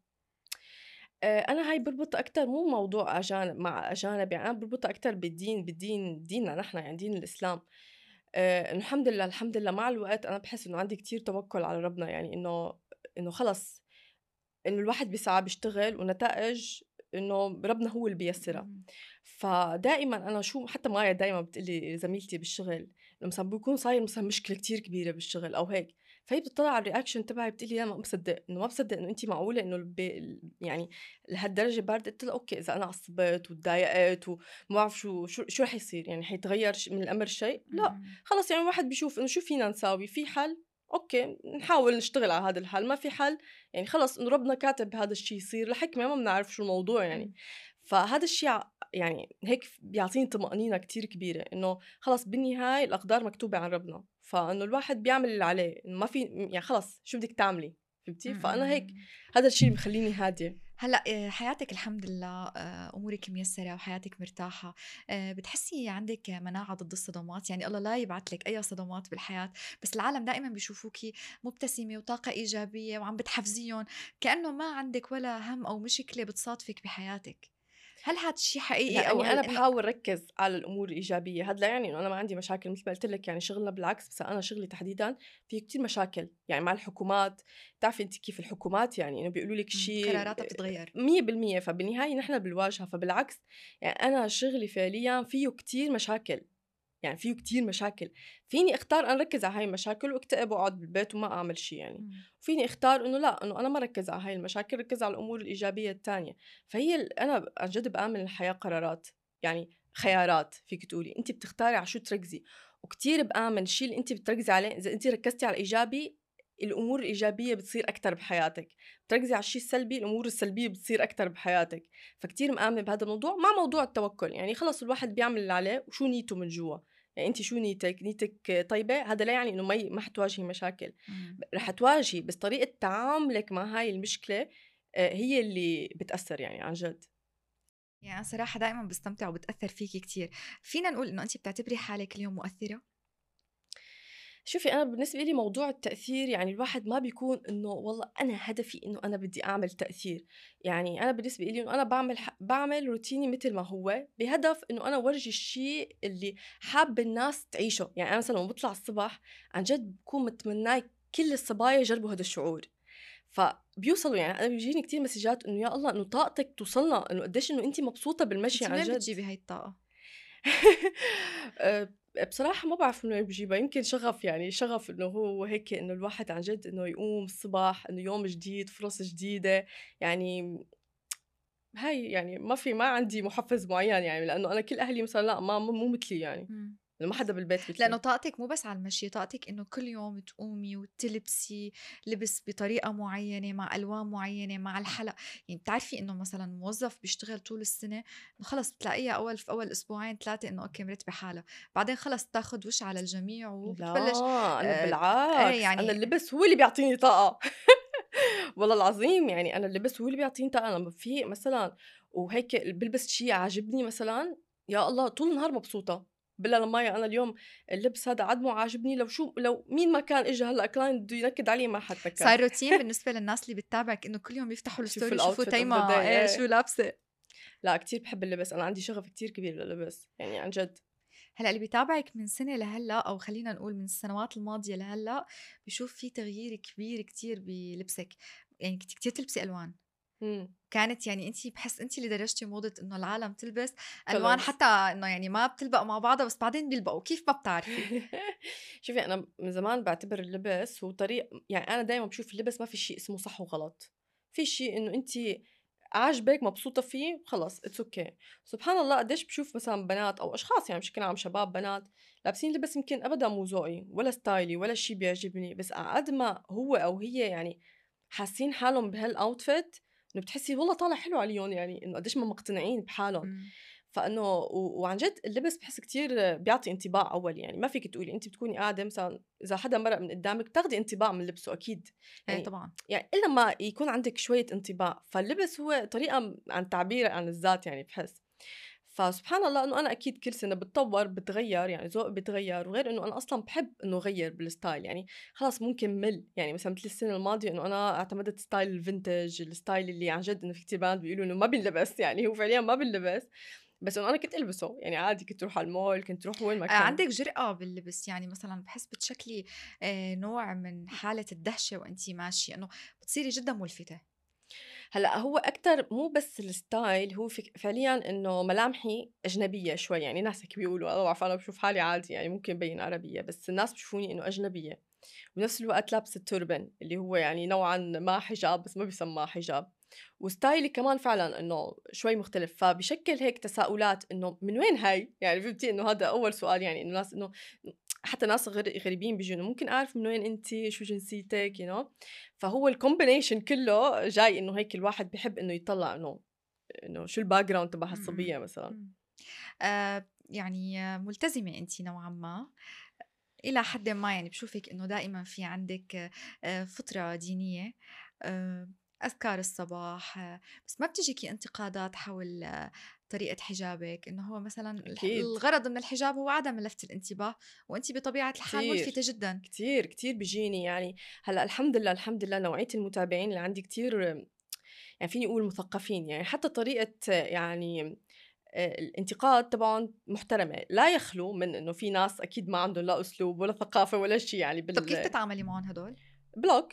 آآ أنا هاي باربطها أكتر مو موضوع أجانب مع أجانب، يعني أنا باربطها أكتر بالدين بالدين ديننا نحن يعني دين الإسلام. آآ الحمد لله، الحمد لله مع الوقت أنا باحس إنه عندي كتير توكُّل على ربنا، يعني إنه إنه خلص إنه الواحد بيسعى بيشتغل ونتائج إنه ربنا هو اللي بييسّرها. اهم. فدائمًا أنا شو حتى مايا دايمًا بتقول لي زميلتي بالشغل، إنه مثلًا بيكون صاير مثلًا مشكلة كتير كبيرة بالشغل أو هيك، فهي بتطلع على الreaction تبعي بتقول لي: "لا ما مصدّق، إنه ما باصدّق إنه أنتِ معقولة إنه ب ال يعني لهالدرجة باردة؟" قُلت لها: "أوكي إذا أنا عصبت واتضايقت وما بعرف شو شو شو رح يصير يعني حيتغيّر ش من الأمر شيء؟ لأ، اهم. خلص يعني الواحد بيشوف إنه شو فينا نساوي، في حل أوكي نحاول نشتغل على هذا الحل، ما في حل يعني خلص إنه ربنا كاتب هذا الشي يصير لحكمة ما بنعرف شو الموضوع يعني." إمم. فهذا الشي ع يعني هيك ف بيعطيني طمأنينة كتير كبيرة، إنه خلص بالنهاية الأقدار مكتوبة عند ربنا، فإنه الواحد بيعمل اللي عليه، إنه ما في م يعني خلص شو بدِك تعملي، فهمتي؟ إمم، فأنا هيك إمم. هذا الشيء اللي بخلّيني هادية. هلأ آآ حياتِك الحمد لله آآ أمورِك ميسّرة وحياتِك مرتاحة، آآ بتحسّي عندِك مناعة ضد الصدمات؟ يعني الله لا يبعت لِك أي صدمات بالحياة، بس العالم دائمًا بيشوفوكِ مبتسمة وطاقة إيجابية وعم بتحفزيهم، كإنه ما عندِك ولا هَم أو مشكلة بتصادفِك بحياتِك، هل هاد الشي حقيقي أو لأني هل أنا إنه باحاول ركّز على الأمور الإيجابية، هاد لا يعني إنه أنا ما عندي مشاكل مثل ما قُلت لِك يعني شغلنا بالعكس، بس أنا شغلي تحديدًا فيه كتير مشاكل، يعني مع الحكومات، بتعرفي أنتِ كيف الحكومات يعني إنه بيقولوا لِك إمم، شي قراراتها بتتغيّر؟ مية بالمية فبالنهاية نحن بالواجهة، فبالعكس يعني أنا شغلي فعليًا فيه كتير مشاكل. يعني فيه كتير مشاكل، فيني اختار أنا أركّز على هاي المشاكل واكتئب واقعد بالبيت وما أعمل شي يعني، إمم. وفيني اختار إنه لأ، إنه أنا ما أركّز على هاي المشاكل، ركّز على الأمور الإيجابية التانية، فهي ال أنا ب عن جد بآمن الحياة قرارات، يعني خيارات فيكِ تقولي، أنتِ بتختاري على شو تركزي، وكتير بآمن الشي اللي أنتِ بتركزي عليه إذا أنتِ ركّزتِ على الإيجابي الأمور الإيجابية بتصير أكتر بحياتِك، بتركزي على الشي السلبي الأمور السلبية بتصير أكتر بحياتِك، فكتير مآمنة بهذا الموضوع، مع موضوع التوكُّل، يعني خلص الواحد بيعمل اللي عليه وشو نيته من جوا. يعني أنتِ شو نيتِك، نيتِك طيبة، هذا لا يعني إنه ما ي ما حتواجهي مشاكل، إمم. ب رح تواجهي، بس طريقة تعاملِك مع هاي المشكلة آآ هي اللي بتأثّر يعني عن جد. يعني أنا صراحة دايمًا باستمتع وبتأثّر فيكِ كتير، فينا نقول إنه أنتِ بتعتبري حالِك اليوم مؤثّرة؟ شوفي أنا بالنسبة لي موضوع التأثير يعني الواحد ما بيكون إنه والله أنا هدفي إنه أنا بدي أعمل تأثير، يعني أنا بالنسبة إلي إنه أنا باعمل ح باعمل روتيني متل ما هو بهدف إنه أنا أورجي الشيء اللي حابة الناس تعيشه، يعني أنا مثلًا لمّا باطلع الصبح عن جد باكون متمنّاه كل الصبايا يجربوا هذا الشعور. فبيوصلوا يعني أنا بيجيني كتير مسجات إنه يا الله إنه طاقتِك توصلنا، إنه قديش إنه أنتِ مبسوطة بالمشي أنتِ عن منين جد. بتجيبي هاي الطاقة؟ آآ بصراحة ما باعرف من وين باجيبها، يمكن شغف يعني شغف إنه هو هيك إنه الواحد عن جد إنه يقوم الصبح، إنه يوم جديد، فرص جديدة، يعني هاي يعني ما في ما عندي محفز معين يعني، لإنه أنا كل أهلي مثلًا لأ ما مو مثلي يعني، إمم. إنه ما حدا بالبيت لإنه مثلي. طاقتِك مو بس على المشي، طاقتِك إنه كل يوم تقومي وتلبسي لبس بطريقة معيّنة، مع ألوان معيّنة، مع الحلق، يعني بتعرفي إنه مثلًا موظف بيشتغل طول السنة إنه خلص بتلاقيها أول في أول أسبوعين ثلاثة إنه أوكي مرتبة حالها، بعدين خلص بتاخد وش على الجميع وبتبلش لا أنا آآ إيه بالعكس، أنا يعني اللبس هو اللي بيعطيني طاقة. والله العظيم يعني أنا اللبس هو اللي بيعطيني طاقة، لمّا بافيق مثلًا وهيك بالبس شي عاجبني مثلًا، يا الله طول النهار مبسوطة، بالله لمايا أنا اليوم اللبس هذا عدمه عاجبني لو شو لو مين ما كان إجا هلأ client بده ينكد علي ما حاتنكد. صار روتين بالنسبة للناس اللي بتتابعِك إنه كل يوم يفتحوا الstory شوفوا يشوفوا الoutfit of the تيمة day إيه شو إيه، لابسة. لأ كتير باحب اللبس، أنا عندي شغف كتير كبير لللبس، يعني عن جد. هلأ اللي بيتابعِك من سنة لهلّأ أو خلّينا نقول من السنوات الماضية لهلّأ، بيشوف في تغيير كبير كتير بلبسِك، يعني كنتِ كتير تلبسي ألوان، إمم، كانت يعني أنتِ باحس أنتِ اللي درجتِ موضة إنه العالم تلبس ألوان colors. حتى إنه يعني ما بتلبق مع بعضها بس بعدين بيلبقوا، كيف ما بتعرفي. شوفي أنا من زمان باعتبر اللبس هو طريق يعني أنا دايمًا باشوف اللبس ما في شي اسمه صح وغلط، في شي إنه أنتِ عاجبِك مبسوطة فيه خلص it's okay. سبحان الله قديش باشوف مثلًا بنات أو أشخاص يعني بشكل عام شباب بنات لابسين لبس يمكن أبدًا مو ذوقي ولا ستايلي ولا شي بيعجبني، بس على قد ما هو أو هي يعني حاسين حالهم بهالoutfit إنه بتحسي والله طالع حلو عليهم يعني إنه قديش ما مقتنعين بحالهم. إمم، فإنه و وعن جد اللبس باحس كتير بيعطي انطباع أولي، يعني ما فيكِ تقولي أنتِ بتكوني قاعدة مثلًا إذا حدا مرق من قدامِك بتاخدي انطباع من لبسه أكيد، إيه يعني طبعًا. يعني إلا ما يكون عندِك شوية انطباع، فاللبس هو طريقة م عن التعبير عن الذات يعني باحس. فسبحان الله إنه أنا أكيد كل سنة باتطور، باتغيّر، يعني ذوقي بيتغيّر، وغير إنه أنا أصلًا باحب إنه أغيّر بالstyle يعني خلص ممكن مِل، يعني مثلًا مثل السنة الماضية إنه أنا اعتمدت style الvintage الstyle اللي عن جد إنه في كتير بنات بيقولوا إنه ما بينلبس، يعني هو فعليًا ما بينلبس، بس إنه أنا كنت ألبسه، يعني عادي كنت أروح على المول، كنت أروح وين ما آآ كان. عندِك جرأة باللبس، يعني مثلًا باحس بتشكلي آآ نوع من حالة الدهشة وأنتِ ماشية، إنه بتصيري جدًا ملفتة. هلأ هو أكتر مو بس الstyle هو فك فعليًا إنه ملامحي أجنبية شوي، يعني ناس هيك بيقولوا، أنا ما بعرف أنا باشوف حالي عادي يعني ممكن أبين عربية، بس الناس بيشوفوني إنه أجنبية. وبنفس الوقت لابسة توربن اللي هو يعني نوعًا ما حجاب بس ما بيسمّاه حجاب، وستايلي كمان فعلًا إنه شوي مختلف، فبيشكّل هيك تساؤلات إنه من وين هاي؟ يعني فهمتِ إنه هذا أول سؤال يعني إنه ناس إنه حتى ناس غر غريبين بييجوا إنه ممكن أعرف من وين أنتِ؟ شو جنسيتِك؟ you know فهو الcombination كلّه جاي إنه هيك الواحد بيحب إنه يطلّع إنه إنه شو الbackground تبع إمم، إمم، هالصبية مثلًا. إمم. آآ يعني ملتزمة أنتِ نوعًا ما. إلى حدٍ ما يعني باشوفِك إنه دائمًا في عندِك آآ فطرة دينية، آآ أذكار الصباح، آه، بس ما بتجيكِ انتقادات حول آه، طريقة حجابِك، إنه هو مثلًا الح أكيد. الغرض من الحجاب هو عدم لفت الانتباه، وأنتِ بطبيعة الحال ملفتة كتير، جدًا. كتير، كتير بيجيني يعني. هلأ الحمد لله، الحمد لله نوعية المتابعين اللي عندي كتير يعني فيني أقول مثقفين، يعني حتى طريقة يعني آآ الانتقاد تبعهم محترمة، لا يخلو من إنه في ناس أكيد ما عندهم لا أسلوب ولا ثقافة ولا شي يعني طَب كيف بال بتتعاملي معهم هدول؟ بلوك.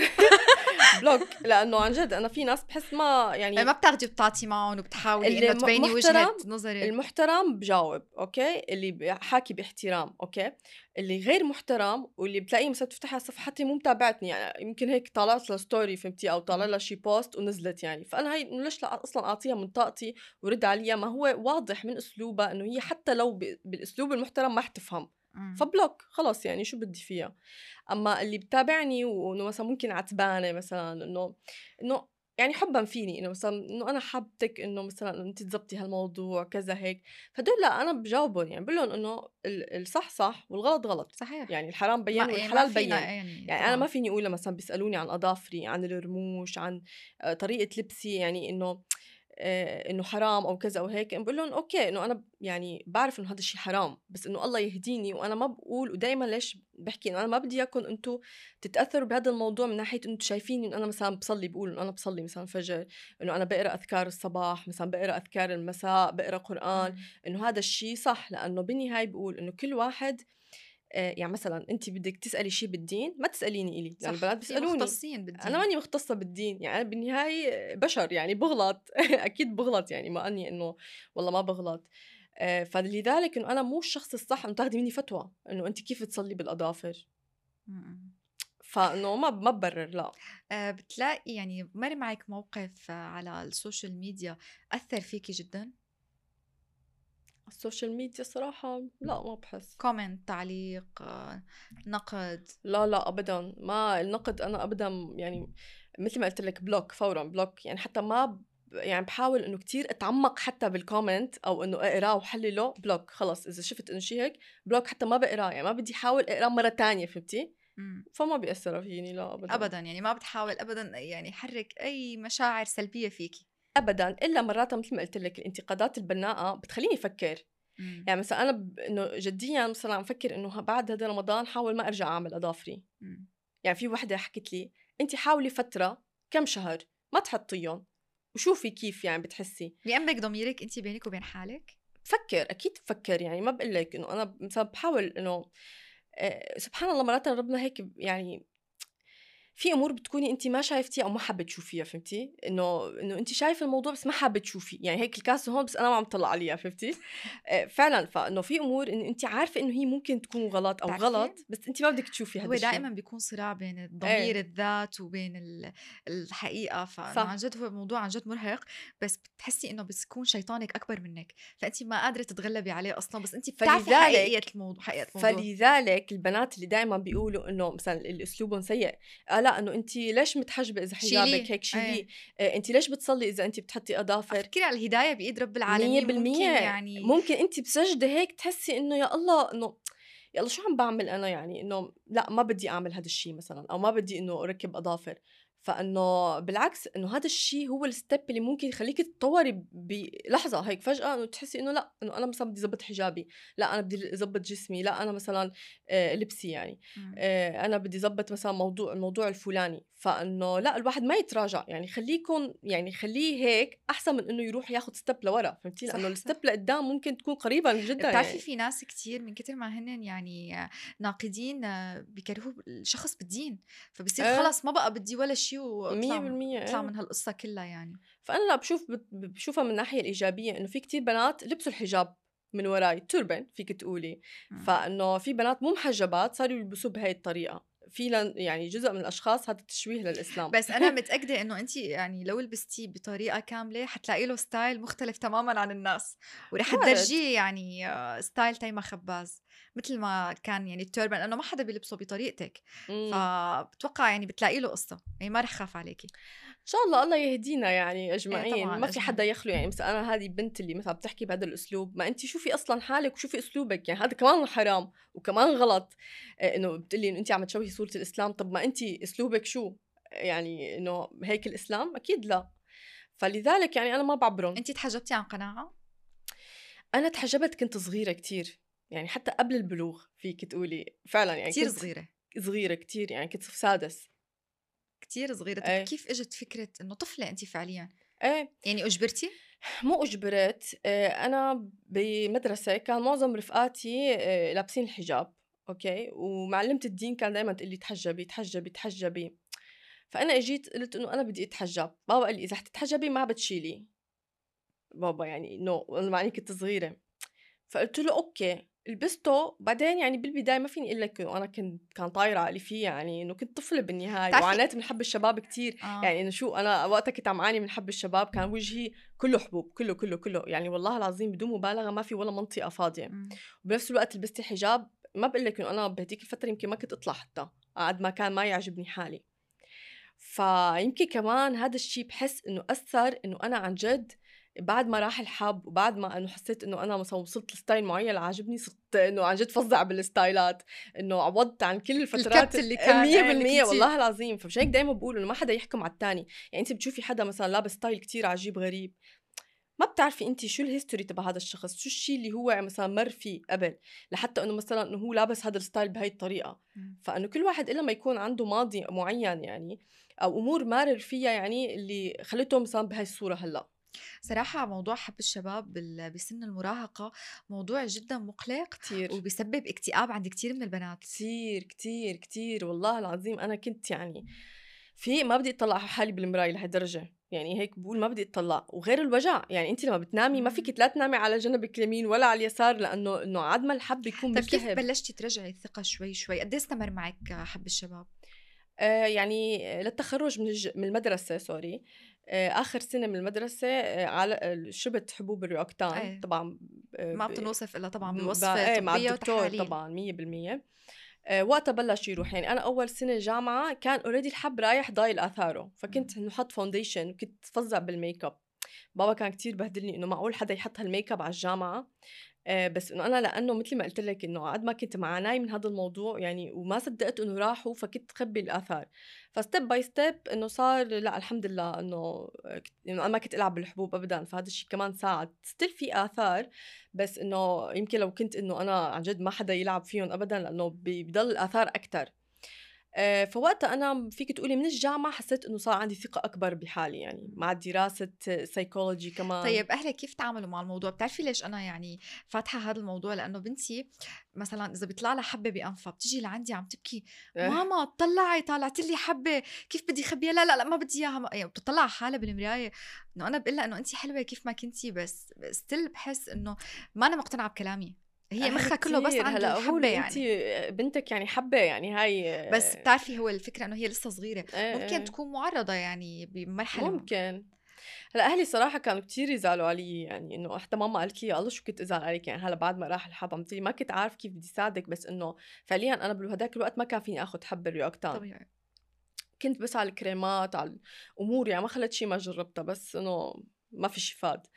بلوك، لأنه عن جد أنا في ناس باحس ما يعني ما يعني بتاخدي وبتعطي معهم وبتحاولي اللي إنه م تبيني وجهة محترم نظرِك. المحترم بجاوب، أوكي، اللي ب حاكي باحترام، أوكي، اللي غير محترم واللي بتلاقيه مثلًا بتفتحي على صفحتي مو متابعتني، يعني يمكن هيك طلعت لها story فهمتِ، أو طالع إمم. لها شي post ونزلت يعني، فأنا هي إنه ليش لا أصلًا أعطيها من طاقتي ورد عليها، ما هو واضح من أسلوبها إنه هي حتى لو ب بالأسلوب المحترم ما حتفهم، إمم. فبلوك خلص يعني شو بدي فيها. أمّا اللي بتابعني وإنه مثلًا ممكن عتبانة مثلًا إنه إنه يعني حُبًا فيني، إنه مثلًا إنه أنا حابتِك إنه مثلًا إنه أنتِ تضبطي هالموضوع كذا هيك، فهدول لأ أنا باجاوبهم يعني باقول لهم إنه ال الصح صح والغلط غلط، صحيح. يعني الحرام ما بيّن يعني ما والحلال فينا بيّن، يعني يعني أنا ما طبعًا. فيني أقول مثلًا بيسألوني عن أظافري، عن الرموش، عن آآ طريقة لبسي يعني إنه آآ إنه حرام أو كذا أو هيك، باقول لهم أوكي إنه أنا ب يعني باعرف إنه هذا الشي حرام، بس إنه الله يهديني وأنا ما باقول ودايمًا ليش باحكي إنه أنا ما بدي إياكم أنتم تتأثّروا بهذا الموضوع من ناحية إنه أنتم شايفيني إنه أنا مثلًا باصلّي، باقول إنه أنا باصلّي مثلًا فجر، إنه أنا باقرا أذكار الصباح، مثلًا باقرا أذكار المساء، باقرا قرآن، إمم. إنه هذا الشي صح، لإنه بالنهاية باقول إنه كل واحد آآ يعني مثلًا أنتِ بدِّك تسألي شي بالدين، ما تسأليني إلي، لإن صح، البنات في بيسألوني، مختصين أنا بالدين. ماني مختصة بالدين، يعني أنا بالنهاية بشر يعني باغلط أكيد باغلط يعني ما أني إنه والله ما باغلط، آآ فلذلك إنه أنا مو الشخص الصح إنه تاخدي مني فتوى، إنه أنتِ كيف تصلّي بالأظافر، إمم. إمم. فإنه ما ما بابرر لأ. آآ بتلاقي يعني مَر معِك موقف آه، على السوشيال ميديا أثّر فيكِ جدًا؟ على السوشيال ميديا صراحة لأ ما باحس. comment، تعليق، آه، نقد؟ لا، لأ أبدًا، ما النقد أنا أبدًا يعني مثل ما قُلت لِك بلوك فورًا بلوك، يعني حتى ما ب يعني باحاول إنه كتير أتعمّق حتى بالcomment أو إنه أقراه وأحلّله بلوك، خلص إذا شُفت إنه شي هيك بلوك حتى ما باقراه، يعني ما بدي أحاول أقراه مرّة تانية فهمتِ؟ إمم. فما بيأثّر فيني لا أبدًا. أبدًا، يعني ما بتحاول أبدًا يعني يحرِّك أي مشاعر سلبية فيكِ. أبدًا، إلا مرّات مثل ما قُلت لِك الانتقادات البناءة بتخلّيني أفكّر، إمم. يعني مثلًا أنا ب إنه جديًا مثلًا عم فكّر إنه ه بعد هيدا رمضان حاول ما أرجع أعمل أظافري. إمم. يعني في وحدة حكت لي أنتِ حاولي فترة كم شهر ما تحطّيهم وشوفي كيف يعني بتحسّي. بيأنبِك ضميرِك أنتِ بينِك وبين حالِك؟ بافكّر، أكيد بافكّر، يعني ما باقول لِك إنه أنا مثلًا باحاول إنه آآ سبحان الله مرات ربنا هيك ب يعني في أمور بتكوني أنتِ ما شايفتيها أو ما حابة تشوفيها، فهمتِ؟ إنه إنه أنتِ شايفة الموضوع بس ما حابة تشوفي، يعني هيك الكاسة هون بس أنا ما عم طلّع عليها، فهمتِ؟ آآ فعلًا، فإنه في أمور إنه أنتِ عارفة إنه هي ممكن تكون غلط أو بتعرفي غلط، بس أنتِ ما بدِك تشوفي هذا هو الشي. دائمًا بيكون صراع بين الضمير إيه، الذات وبين ال الحقيقة، فإنه عن صح. جد هو موضوع عن جد مرهق، بس بتحسي إنه بيكون شيطانِك أكبر منِّك، فأنتِ ما قادرة تتغلبي عليه أصلًا، بس أنتِ بتعرفي حقيقية فلذلك الموضوع حقيقة الموضوع. فلذلك البنات اللي دايمًا بيقولوا إنه مثلًا اللي أسلوبهم سيء، آه لأ إنه أنتِ ليش متحجبة إذا حجابِك شيليه، هيك شيليه، إيه. آآ أنتِ ليش بتصلّي إذا أنتِ بتحطّي على أظافر؟ فكرة الهداية بإيد رب العالمين، ممكن مية بالمية يعني ممكن أنتِ بسجدة هيك تحسّي إنه يا الله إنه يا الله شو عم باعمل أنا يعني إنه لأ ما بدي أعمل هاد الشي مثلًا أو ما بدي إنه أركّب أظافر، فإنه بالعكس إنه هذا الشي هو الstep اللي ممكن يخلّيكِ تتطوّري بلحظة هيك فجأة إنه تحسّي إنه لأ، إنه أنا مثلًا بدي ضبط حجابي، لأ أنا بدي أضبّط جسمي، لأ أنا مثلًا آآ لبسي يعني، إمم. آآ أنا بدي أضبّط مثلًا موضوع الموضوع الفلاني، فإنه لأ الواحد ما يتراجع، يعني خلّيكم يعني خلّيه هيك أحسن من إنه يروح ياخُد step لورا، فهمتِ؟ لإنه صح، الstep صح. لقدّام ممكن تكون قريبة جدًا بتعرفي يعني. في ناس كتير من كتر ما هنن يعني ناقدين بيكرهوا الشخص بالدين، فبصير إيه، خلص ما بقى بدي ولا شي واطلع مية بالمية اطلع إيه. من هالقصة كلها يعني. فأنا لأ باشوف بت باشوفها من الناحية الإيجابية إنه في كتير بنات لبسوا الحجاب من وراي turban فيكِ تقولي، إمم. فإنه في بنات مو محجبات صاروا يلبسوه بهاي الطريقة، في لن يعني جزء من الأشخاص هذا تشويه للإسلام. بس أنا متأكدة إنه أنتِ يعني لو لبستيه بطريقة كاملة حتلاقي له style مختلف تمامًا عن الناس، ورح وارد. تدرجيه يعني style تيمة خباز. مثل ما كان يعني التوربن، لأنه ما حدا بيلبسه بطريقتك، إمم. فبتوقع يعني بتلاقي له قصة، يعني ما رح خاف عليكِ. إن شاء الله الله يهدينا يعني إيه أجمعين، طبعًا ما في حدا أجمعين. يخلو يعني مثلًا أنا هذه البنت اللي مثلًا بتحكي بهذا الأسلوب، ما أنتِ شوفي أصلًا حالِك وشوفي أسلوبِك، يعني هذا كمان حرام وكمان غلط، آآ إنه بتقولي إنه أنتِ عم تشوهي صورة الإسلام، طب ما أنتِ أسلوبِك شو؟ يعني إنه هيك الإسلام؟ أكيد لأ، فلذلك يعني أنا ما باعبرن. أنتِ تحجبتِ عن قناعة؟ أنا اتحجبت كنت صغيرة كتير، يعني حتى قبل البلوغ فيكِ تقولي، فعلًا يعني كتير كنت صغيرة. صغيرة كتير يعني كنت صف سادس. كتير صغيرة. طب إيه، كيف إجت فكرة إنه طفلة أنتِ فعليًا؟ إيه. يعني أُجبرتِ؟ مو أُجبرت، آآ أنا بمدرسة كان معظم رفقاتي آآ لابسين الحجاب، أوكي، ومعلمة الدين كان دايمًا تقول لي اتحجبي، اتحجبي، اتحجبي، فأنا أجيت قُلت إنه أنا بدي أتحجب، بابا قال لي: "إذا حتتحجبي ما بتشيلي." بابا يعني no وأنا مع إني كنت صغيرة، فقُلت له: "أوكي." لبسته، بعدين يعني بالبداية ما فيني أقول لك إنه أنا كنت كان طايرة عقلي فيه يعني إنه كنت طفلة بالنهاية، بتعرفي وعانيت من حب الشباب كتير، آه. يعني إنه شو أنا وقتها كنت عم أعاني من حب الشباب، كان وجهي كلّه حبوب، كلّه، كلّه، كلّه، يعني والله العظيم بدون مبالغة ما في ولا منطقة فاضية، إمم. وبنفس الوقت لبست حجاب ما باقول لك إنه أنا بهديك الفترة يمكن ما كنت أطلع حتى، قد ما كان ما يعجبني حالي، فيمكن كمان هذا الشي باحس إنه أثّر إنه أنا عن جد بعد ما راح الحب وبعد ما إنه حسيت إنه أنا مثلًا وصلت لstyle معين عاجبني، صرت إنه عن جد فظّع بالستايلات، إنه عوضت عن كل الفترات الكبت ال اللي كان إيه اللي مية بالمية كنتِ. والله العظيم، فمشان هيك دايمًا باقول إنه ما حدا يحكم على التاني، يعني أنتِ بتشوفي حدا مثلًا لابس style كتير عجيب غريب، ما بتعرفي أنتِ شو الhistory تبع هذا الشخص، شو الشي اللي هو مثلًا مَر فيه قبل، لحتى إنه مثلًا إنه هو لابس هذا الstyle بهاي الطريقة، إمم. فإنه كل واحد إلا ما يكون عنده ماضي معين يعني أو أمور مارر فيها يعني اللي خلّته مثلًا بهاي الصورة هلأ. صراحة موضوع حب الشباب بال بسن المراهقة موضوع جدًا مُقلق، كتير، وبيسبب اكتئاب عند كتير من البنات. كتير، كتير، كتير والله العظيم أنا كنت يعني في ما بدي أطلّع على حالي بالمراية لهالدرجة، يعني هيك باقول ما بدي أطلّع، وغير الوجع، يعني أنتِ لمّا بتنامي ما إمم. فيكِ لا تنامي على جنبِك اليمين ولا على اليسار لإنه إنه عاد ما الحب يكون طيب كيف بالتهب. بلشتِ ترجعي الثقة شوي، شوي؟ قد إيه استمر معِك حب الشباب؟ آآ يعني للتخرُّج من الج من المدرسة sorry آآ آخر سنة من المدرسة آآ على ال شُبت حبوب الريوكتان إيه. طبعًا آآ ما ب بتنوصف إلا طبعًا م ب بوصفة إيه مع طبية الدكتور وتحاليل. طبعًا مية بالمية آآ وقتها بلّش يروح، يعني أنا أول سنة جامعة كان already الحب رايح ضايل آثاره، إمم. فكنت إنه حاط foundation وكنت فظّع بالmakeup. بابا كان كتير بهدلني إنه معقول حدا يحط هالmakeup على الجامعة؟ آآ بس إنه أنا لإنه متل ما قُلت لِك إنه قد ما كنت معاناة من هذا الموضوع يعني وما صدّقت إنه راحوا، فكنت أخبّي الآثار، فstep by step إنه صار لأ الحمد لله إنه كت إنه أنا ما كنت ألعب بالحبوب أبدًا، فهذا الشي كمان ساعد، still في آثار، بس إنه يمكن لو كنت إنه أنا عن جد ما حدا يلعب فيهم أبدًا لإنه بي بيضل الآثار أكتر. آآ فوقتها أنا فيكِ تقولي من الجامعة حسّيت إنه صار عندي ثقة أكبر بحالي يعني، إمم. مع دراسة psychology كمان. طيب أهلِك كيف تعاملوا مع الموضوع؟ بتعرفي ليش أنا يعني فاتحة هذا الموضوع؟ لإنه بنتي مثلًا إذا بيطلع لها حبّة بأنفها بتيجي لعندي عم تبكي، ماما طلّعي طلعتِ لي حبّة، كيف بدي أخبّيها؟ لا، لا، لأ ما بدي إياها، م يعني بتطلّع على حالها بالمراية، إنه أنا باقول لها إنه أنتِ حلوة كيف ما كنتِ، بس still باحس إنه ما أنا مقتنعة بكلامي، هي أهل مخها كلّه بس كتير، عنده هلأ هو الحبّة اللي أنتِ يعني. بنتِك يعني حابة يعني هاي بس إيه، بتعرفي هو الفكرة إنه هي لسه صغيرة، ممكن إيه، تكون مُعرّضة يعني بمرحلة. ممكن. هلأ أهلي صراحة كانوا كتير يزعلوا علي يعني إنه حتى ماما قالت لي: "يا الله شو كنت أزعل عليكِ." يعني هلأ بعد ما راح الحب عم تقول لي: "ما كنت أعرف كيف بدي ساعدِك." بس إنه فعليًا أنا بهداك الوقت ما كان فيني آخُد حب الريوكتان، طبيعي. كنت بس على الكريمات، على الأمور يعني ما خليت شي ما جرّبتها، بس إنه ما في شي فاد.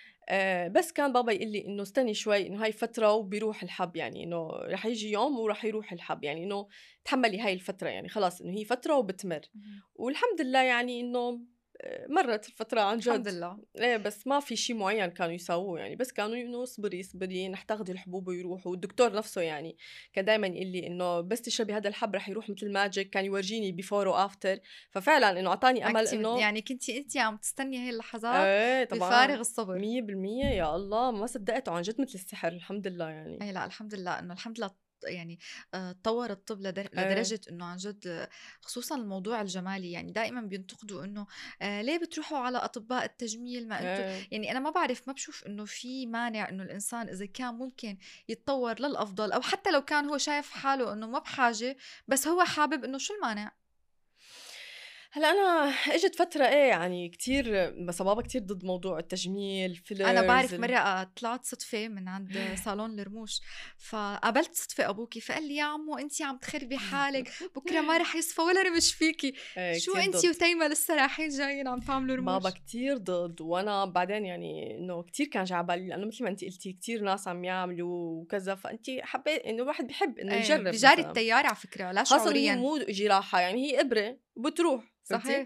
آآ بس كان بابا يقول لي إنه استني شوي إنه هاي فترة وبيروح الحب، يعني إنه رح ييجي يوم وراح يروح الحب، يعني إنه تحمّلي هاي الفترة يعني خلاص إنه هي فترة وبتمر، اهم. والحمد لله يعني إنه آآ مرّت الفترة عن الحمد جد. لله. إيه بس ما في شي معيّن كانوا يساووه يعني، بس كانوا إنه اصبري، اصبري رح تاخدي الحبوب ويروحوا، والدكتور نفسه يعني كان دايمًا يقول لي إنه بس تشربي هذا الحب رح يروح متل magic، كان يورجيني before وafter، ففعلًا إنه أعطاني آه أمل كنتِ مت إنه يعني كنتِ أنتِ عم تستني هاي اللحظات إيه بفارغ طبعًا، الصبر. مية بالمية يا الله ما صدّقت وعن جد متل السحر الحمد لله يعني. أي لأ الحمد لله إنه الحمد لله ت يعني آآ تطوّر الطب لدر إيه، لدرجة إنه عن جد آه، خصوصًا الموضوع الجمالي، يعني دائمًا بينتقدوا إنه آآ ليه بتروحوا على أطباء التجميل ما أنتم، إيه، يعني أنا ما باعرف ما باشوف إنه في مانع إنه الإنسان إذا كان ممكن يتطوّر للأفضل، أو حتى لو كان هو شايف حاله إنه ما بحاجة، بس هو حابب إنه شو المانع؟ هلأ أنا إجت فترة إيه يعني كتير بس بابا كتير ضد موضوع التجميل أنا fillers بعرف ال مرة آه، طلعت صدفة من عند صالون الرموش، فقابلت صدفة أبوكِ فقال لي: "يا عمو أنتِ عم تخربي حالِك، بكرة ما رح يصفى ولا رمش فيكِ، إيه شو كتير أنتِ ضد. وتيمة لسه رايحين جايين عم تعملوا بابا رموش؟" كتير ضد، وأنا بعدين يعني إنه كتير كان جا على بالي لإنه متل ما أنتِ قلتِ كتير ناس عم يعملوا وكذا، فأنتِ حبيت إنه الواحد بيحب إنه إيه يجرب بيجاري مثلًا، التيار على فكرة لا خاصةً إنه هي شعوريًا. مو جراحة يعني هي إبرة وبتروح، فهمتِ؟ صحيح.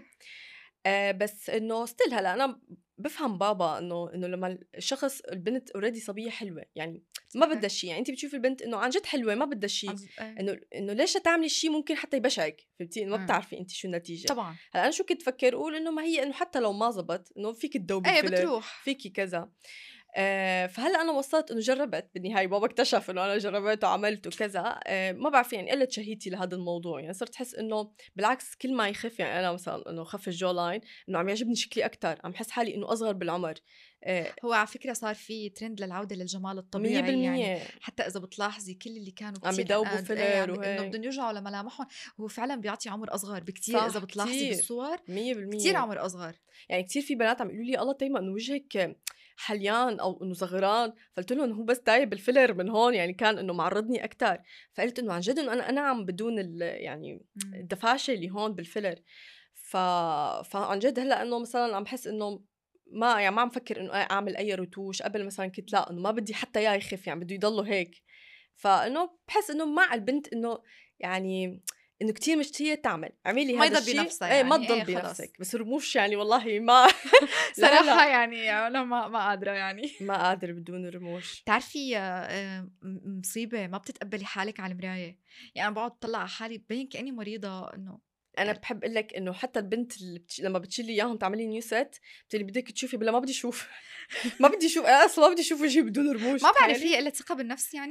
آآ بس إنه still هلأ أنا بافهم بابا إنه إنه لمّا الشخص البنت already صبية حلوة، يعني ما صحيح. بدها شي، يعني أنتِ بتشوفي البنت إنه عن جد حلوة ما بدها عن شي، ج إيه. إنه إنه ليش تعملي شي ممكن حتى يبشعِك، فهمتِ؟ إنه ما إمم. بتعرفي أنتِ شو النتيجة. طبعًا. هلأ أنا شو كنت أفكّر أقول إنه ما هي إنه حتى لو ما زبط إنه فيكِ تدوبي إيه الفيلر، بتروح. فيكِ كذا. آآ فهلأ أنا وصلت إنه جرّبت بالنهاية، بابا اكتشف إنه أنا جرّبت وعملت وكذا، آآ ما بعرف يعني قلّت شهيتي لهذا الموضوع، يعني صرت أحس إنه بالعكس كل ما يخف يعني أنا مثلًا إنه خف الjaw line إنه عم يعجبني شكلي أكتر، عم حس حالي إنه أصغر بالعمر. آآ هو على فكرة صار في ترند للعودة للجمال الطبيعي، يعني مية بالمية حتى إذا بتلاحظي كل اللي كانوا عم كتير يدوبوا آه، إيه filler عم إنه وهيك. بدهم يرجعوا لملامحهم، هو فعلًا بيعطي عمر أصغر بكتير إذا صح بتلاحظي كتير، بالصور، كتير مية بالمية عمر أصغر. يعني كتير في بنات عم يقولوا لي الله تيمة إنه وجهِك حليان أو إنه زغران، فقُلت لهم هو بس دايب الfiller من هون يعني كان إنه معرّضني أكتر، فقُلت إنه عن جد إنه أنا أنعم بدون ال يعني إمم. الدفاشة اللي هون بالfiller. ف فعن جد هلأ إنه مثلًا عم باحس إنه ما يعني ما عم فكّر إنه أ أعمل أي رتوش، قبل مثلًا كنت لأ، إنه ما بدي حتى إياه يخف يعني بده يضلّه هيك، فإنه باحس إنه مع البنت إنه يعني إنه كتير مشتهية تعمل، اعملي ما هذا يضل الشي بنفسها إيه ما يعني، تضل إيه خلص. بنفسِك، بس الرموش يعني والله ما صراحة لهلأ يعني أنا ما ما قادرة يعني. ما قادرة بدون الرموش. بتعرفي آآ م مصيبة ما بتتقبّلي حالِك على المراية، يعني أنا باقعد أطلّع على حالي ببين كإني مريضة إنه أنا ال باحب أقول لك إنه حتى البنت اللي بتش لمّا بتشيلي إياهم تعملي new set بتقولي بدِك تشوفي بالله ما بدي أشوف ما بدي أشوف أنا أصلًا ما بدي أشوف وجهي بدون رموش ما بعرف هي تخيلي؟ قِلّة ثقة بالنفس يعني؟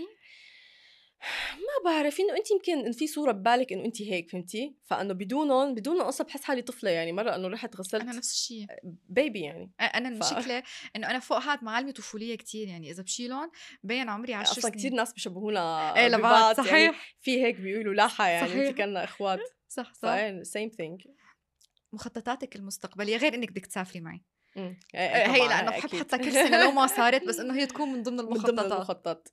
ما بعرف إنه أنتِ يمكن إن في صورة ببالِك إنه أنتِ هيك فهمتِ؟ فإنه بدونهم بدونهم أصلًا باحس حالي طفلة يعني مرّة إنه رُحت أنا غسلت نفس الشي. baby يعني. أ أنا ف المشكلة إنه أنا فوق هاد معالمي طفولية كتير، يعني إذا باشيلهم ببين عمري عشر أصلًا كتير سنين. ناس بيشبهونا إيه لبعض ببعض يعني صحيح. في هيك بيقولوا ص لاحة يعني أنتِ صحيح. كأننا إخوات. صح، صح. فإيه same thing. مخططاتِك المستقبلية غير إنِّك بدِّك تسافري معي. إمم، إيه، إيه آآ هي طبعًا، لإنه إيه باحب أكيد. أحطها كل سنة لو ما صارت، بس إنه هي تكون من ضمن من ضمن المخططات. المخطط.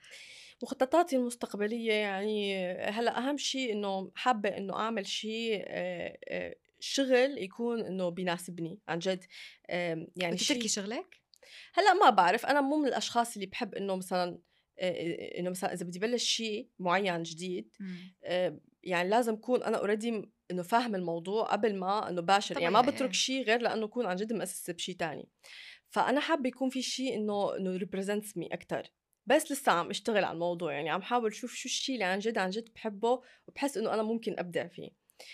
مخططاتي المستقبلية يعني هلأ أهم شي إنه حابة إنه أعمل شي آآ، آآ، شغل يكون إنه بيناسبني عن جد. آمم، يعني بدِّك تتركي شي شغلِك؟ هلأ ما بعرف أنا مو من الأشخاص اللي باحب إنه مثلًا آآ، إنه مثلًا إذا بدي بلش شي معين جديد إمم. آآ، يعني لازم أكون أنا already إنه فاهمة الموضوع قبل ما إنه باشر، يعني ما طبيعي باترك إيه. شي غير لإنه أكون عن جد مأسسة بشي تاني. فأنا حابة يكون في شي إنه إنه represents me أكتر، بس لسه عم أشتغل على الموضوع، يعني عم حاول أشوف شو الشي اللي عن جد عن جد باحبه وباحس إنه أنا ممكن أبدع فيه.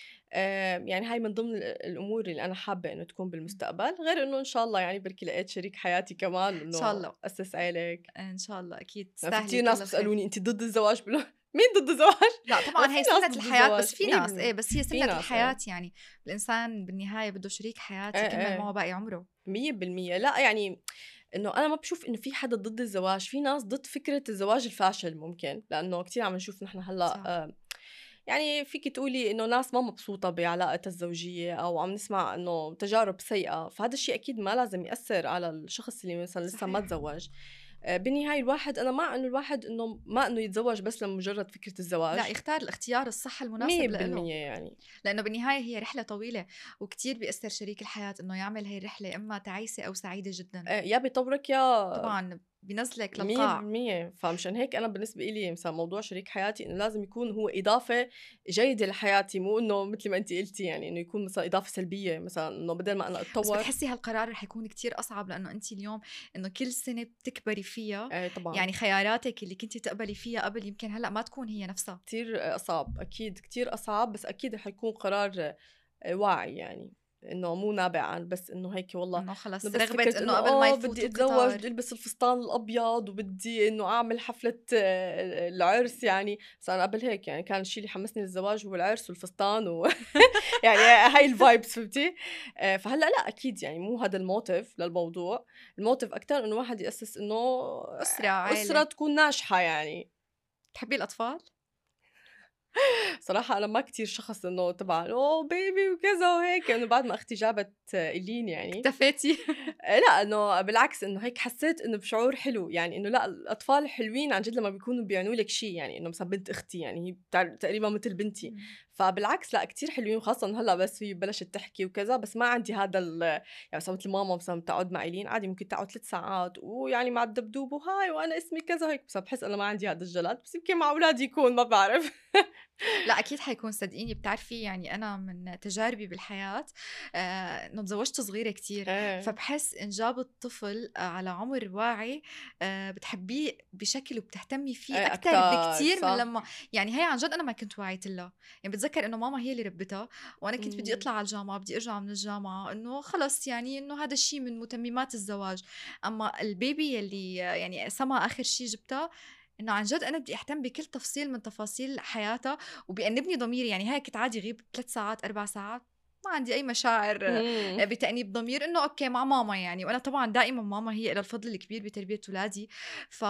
آآ يعني هاي من ضمن ال الأمور اللي أنا حابة إنه تكون إمم. بالمستقبل، غير إنه إن شاء الله يعني بركي لقيت شريك حياتي كمان إن شاء إنه الله. أسس عيلة هيك. إن شاء الله أكيد يعني في تستاهلي كتير ناس كل الخير. بيسألوني أنتِ ضد الزواج؟ باقول لهم مين ضد الزواج؟ لأ هلأ طبعًا في هي ناس سُنّة ضد الحياة، الزواج بس في ناس إيه، مية بالمية بس هي في سُنّة ناس الحياة إيه، يعني، الإنسان بالنهاية بده شريك حياة إيه، يكمّل معه إيه. باقي عمره. مية بالمية لأ يعني إنه أنا ما باشوف إنه في حدا ضد الزواج، في ناس ضد فكرة الزواج الفاشل ممكن، لإنه كتير عم نشوف نحن هلأ صح. آآ يعني فيكِ تقولي إنه ناس ما مبسوطة بعلاقتها الزوجية أو عم نسمع إنه تجارب سيئة، فهذا الشي أكيد ما لازم يأثّر على الشخص اللي مثلًا لسه ما صحيح. تزوّج. آآ بالنهاية الواحد أنا مع إنه الواحد إنه ما إنه يتزوّج بس لمجرد فكرة لأ الزواج، يختار الاختيار الصح المناسب لإله. مية بالمية يعني. لإنه بالنهاية هي رحلة طويلة، وكتير بيأثّر شريك الحياة إنه يعمل هاي الرحلة إمّا تعيسة أو سعيدة جدًا. آآ يا بيطوّرك يا طبعًا بينزلِك للقاع. مية بالمية فمشان هيك أنا بالنسبة إلي مثلًا موضوع شريك حياتي إنه لازم يكون هو إضافة جيدة لحياتي، مو إنه متل ما أنتِ قلتِ يعني إنه يكون مثلًا إضافة سلبية مثلًا إنه بدل ما أنا بس أتطور. بتحسّي هالقرار رح يكون كتير أصعب لإنه أنتِ اليوم إنه كل سنة بتكبري فيها، إيه طبعًا يعني خياراتِك اللي كنتِ تقبلي فيها قبل يمكن هلأ ما تكون هي نفسها. كتير أصعب أكيد كتير أصعب، بس أكيد رح يكون قرار آآ واعي يعني، إنه مو نابع عن بس إنه هيك والله إنه إنه خلص بس رغبة فكرة إنه إنه قبل ما آه بدي يفوتوا أتزوج، قطار. بدي ألبس الفستان الأبيض وبدي إنه أعمل حفلة آآ العرس يعني، بس أنا قبل هيك يعني كان الشي اللي حمسني للزواج هو العرس والفستان و يعني هاي الvibes فهمتِ؟ آآ فهلأ لأ أكيد يعني مو هذا الmotive للموضوع، الmotive أكتر إنه الواحد يأسس إنه أسرة، أسرة عيلة. تكون ناجحة يعني. بتحبّي الأطفال؟ صراحة أنا ما كتير شخص إنه تبع أوه بيبي وكذا وهيك، إنه بعد ما أختي جابت إلين يعني اكتفيتي؟ آآ لأ، إنه بالعكس إنه هيك حسّيت إنه بشعور حلو، يعني إنه لأ الأطفال حلوين عن جد لمّا بيكونوا بيعنوا لِك شي، يعني إنه مثلًا بنت أختي يعني هي بتع تقريبًا متل بنتي، إمم. فبالعكس لأ كتير حلوين، وخاصةً هلّأ بس هي بلشت تحكي وكذا، بس ما عندي هذا ال يعني مثلًا متل ماما مثلًا بتقعد مع إيلين عادي ممكن تقعد ثلاث ساعات ويعني مع الدبدوب وهاي وأنا اسمي كذا وهيك، بس باحس أنا ما عندي هذا الجلد، بس يمكن مع أولادي يكون ما بعرف. لأ أكيد حيكون صدقيني بتعرفي يعني أنا من تجاربي بالحياة آآ إنه تزوجت صغيرة كتير، إيه، فباحس إنجاب الطفل آآ على عُمر واعي آآ بتحبيه بشكل وبتهتمي فيه إيه أكتر أكتر بكتير من صح. لمّا يعني هي عن جد أنا ما كنت وعيت لها، يعني باتذكّر إنه ماما هي اللي ربِّتها وأنا كنت بدي إمم، أطلع على الجامعة، بدي أرجع من الجامعة، إنه خلص يعني إنه هذا الشي من مُتمِّمات الزواج، أمّا البيبي يلّي يعني سما آخر شي جبتها إنه عن جد أنا بدي أهتم بكل تفصيل من تفاصيل حياتها وبيأنِّبني ضميري، يعني هي كنت عادي أغيب ثلاث ساعات أربع ساعات ما عندي أي مشاعر إمم. آآ بتأنيب ضمير إنه أوكي مع ماما يعني، وأنا طبعًا دائمًا ماما هي إلها الفضل الكبير بتربية ولادي، ف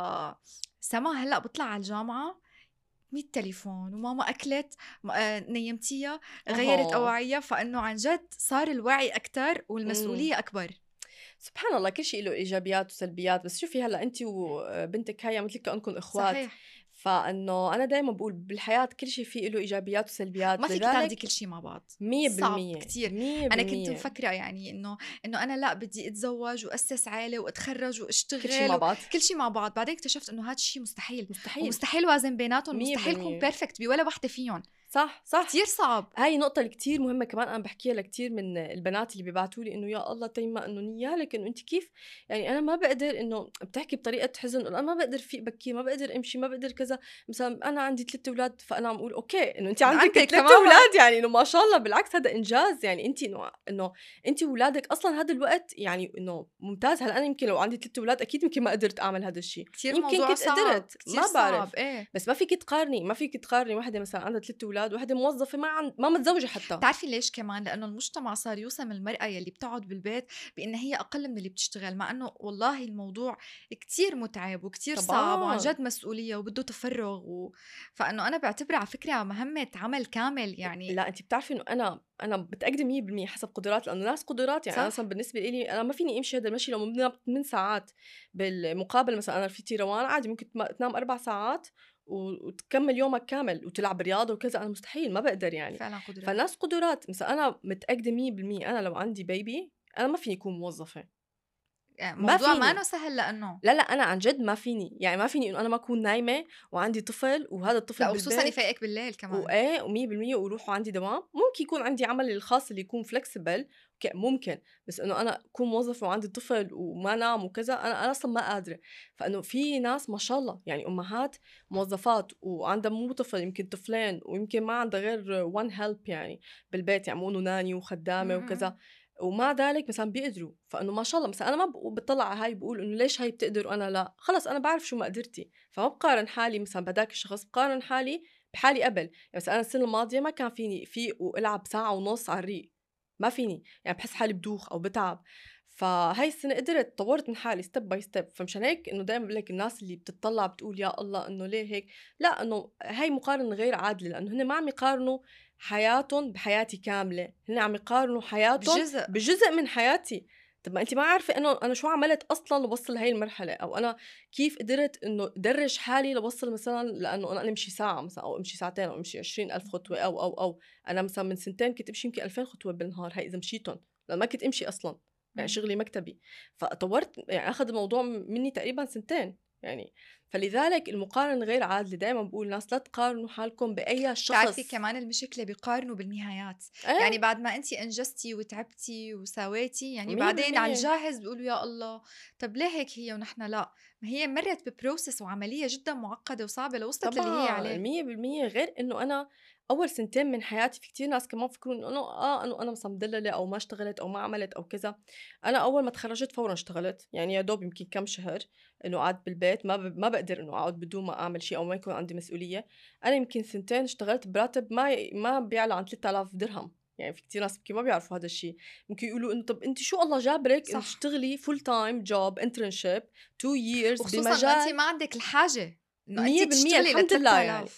سما هلأ بتطلع على الجامعة مية تليفون وماما أكلت م آآ نيّمتيها، غيّرت أها، أواعيها، فإنه عن جد صار الوعي أكتر إمم. والمسؤولية أكبر. سبحان الله كل شيء له إيجابيات وسلبيات، بس شوفي هلأ أنتِ وبنتِك هاي مثل كأنكم إخوات، صحيح، فإنه أنا دايمًا باقول بالحياة كل شي فيه له إيجابيات ما وسلبيات، فيكِ تاخدي لذلك كل شي مع بعض، صعب مية بالمية كتير. أنا كنت مية بالمية مفكرة يعني إنه إنه أنا لأ بدي أتزوّج وأسّس عيلة وأتخرّج كل شي مع وأشتغل بعض، وكل شي مع بعض، بعدين اكتشفت إنه هاد الشي مستحيل، مستحيل ومستحيل وازن بيناتهم، ومستحيل كون مية بالمية perfect بولا وحدة فيهم، صح، صح. كتير صعب. هاي النقطة اللي كتير مهمة كمان أنا باحكيها لكتير من البنات اللي بيبعتوا لي إنه يا الله تيمة إنه نيالك إنه أنتِ كيف يعني أنا ما باقدر إنه بتحكي بطريقة حزن إنه أنا ما باقدر فيق بكير، ما باقدر أمشي، ما باقدر كذا، مثلًا أنا عندي ثلاث أولاد فأنا عم أقول أوكي إنه أنتِ عندِك عندِك ثلاث تمامًا. أولاد يعني إنه ما شاء الله بالعكس هذا إنجاز، يعني أنتِ إنه إنه أنتِ وولادِك أصلًا هذا الوقت يعني إنه ممتاز، هلأ أنا يمكن لو عندي ثلاث أولاد أكيد يمكن ما قدرت أعمل هذا الشي، كتير يمكن موضوع كنت صعب، قدرت، كتير ما بعرف. صعب، إيه. بس ما فيكِ تقارني، ما فيكِ تقارني وحدة مثلًا عندها ثلاث أولاد وحدة موظفة ما عن ما متزوجة حتى. بتعرفي ليش كمان؟ لإنه المجتمع صار يوسم المرأة يلّي بتقعد بالبيت بإن هي أقل من اللي بتشتغل، مع إنه والله الموضوع كتير مُتعب وكتير صعب وعن طبعًا. جد مسؤولية وبده تفرُّغ و فإنه أنا باعتبرها على فكرة مهمة عمل كامل يعني. لأ أنتِ بتعرفي إنه أنا أنا باتأكدي مية بالمية حسب قدرات لأنه ناس قدرات يعني أنا مثلًا صح؟ بالنسبة إلي أنا ما فيني أمشي هذا المشي لو بننام ثمان ساعات، بالمقابل مثلًا أنا رفيقتي روان عادي ممكن تم تنام أربع ساعات و وتكمّل يومها كامل وتلعب رياضة وكذا، أنا مستحيل ما باقدر يعني، فعلًا قدرات. فالناس قدرات، مثلًا أنا متأكدة مية بالمية أنا لو عندي baby أنا ما فيني أكون موظفة، آآ ما موضوع فيني. مانو سهل لإنه لا، لأ، أنا عن جد ما فيني، يعني ما فيني إنه أنا ما أكون نايمة وعندي طفل وهذا الطفل لأ وخصوصًا بالبيت يفايقك بالليل كمان. وإيه ومية بالمية ويروح وعندي دوام، ممكن يكون عندي عملي الخاص اللي يكون flexible ك ممكن، بس إنه أنا أكون موظفة وعندي طفل وما أنام وكذا، أنا أنا أصلًا ما قادرة، فإنه في ناس ما شاء الله يعني أمهات موظفات وعندها مو طفل يمكن طفلين ويمكن ما عندها غير one help يعني بالبيت، يعني يعملوا ناني إمم، وخدامة إمم، وكذا، إمم. ومع ذلك مثلًا بيقدروا، فإنه ما شاء الله مثلًا أنا ما ب باطلّع على هاي باقول إنه ليش هاي بتقدر وأنا لأ، خلص أنا باعرف شو مقدرتي، فما باقارن حالي مثلًا بهداك الشخص، باقارن حالي بحالي قبل. بس أنا السنة الماضية ما كان فيني فيق وألعب ساعة ونُص على الريق، ما فيني، يعني باحس حالي بدوخ أو باتعب، فهاي السنة قدرت طوّرت من حالي step by step، فمشان هيك إنه دايمًا باقول لك الناس اللي بتطلّع بتقول يا الله إنه ليه هيك، لأ إنه هاي مقارنة غير عادلة، لإنه هن ما عم يقارنوا حياتهم بحياتي كاملة، هن عم يقارنوا حياتهم بجزء. بجزء من حياتي، طَب ما أنتِ ما عارفة إنه أنا شو عملت أصلًا لأوصل لهي المرحلة، أو أنا كيف قدرت إنه أدرّج حالي لأوصّل مثلًا لإنه أنا أمشي ساعة مثلًا أو أمشي ساعتين أو أمشي عشرين ألف خطوة أو، أو، أو، أنا مثلًا من سنتين كنت أمشي يمكن ألفين خطوة بالنهار، هاي إذا مشيتن، لأن ما كنت أمشي أصلًا، يعني إمم. شغلي مكتبي، فطوّرت يعني أخد الموضوع منّي تقريبًا سنتين يعني، فلذلك المقارنة غير عادلة، دايمًا باقول للناس لا تقارنوا حالكم بأي بتعرفي شخص. كمان المشكلة بيقارنوا بالنهايات، يعني إيه بعد ما أنتِ أنجزتِ وتعبتِ وساويتِ يعني بعدين على مية بالمية الجاهز بيقولوا يا الله طب ليه هيك هي ونحن لأ، ما هي مرّت بprocess وعملية جدًا معقدة وصعبة لوصلت للي هي طبعًا عليه. مية بالمية غير إنه أنا أول سنتين من حياتي في كتير ناس كمان بيفكروا إنه أنا آه إنه أنا مثلًا مدلّلة أو ما اشتغلت أو ما عملت أو كذا، أنا أول ما اتخرّجت فورًا اشتغلت، يعني يا دوب يمكن كام شهر إنه قعدت بالبيت ما ب ما باقدر إنه أقعد بدون ما أعمل شي أو ما يكون عندي مسؤولية، أنا يمكن سنتين اشتغلت براتب ما ي ما بيعلى عن ثلاثة آلاف درهم، يعني في كتير ناس يمكن ما بيعرفوا هذا الشي، ممكن يقولوا إنه طَب أنتِ شو الله جابرِك إنه صح. تشتغلي full time job internship two years وخصوصًا إنه أنتِ بمجال ما عندِك الحاجة إنه أنتِ مية بالمية تشتغلي الحمد لله لثلاث يعني. آلاف.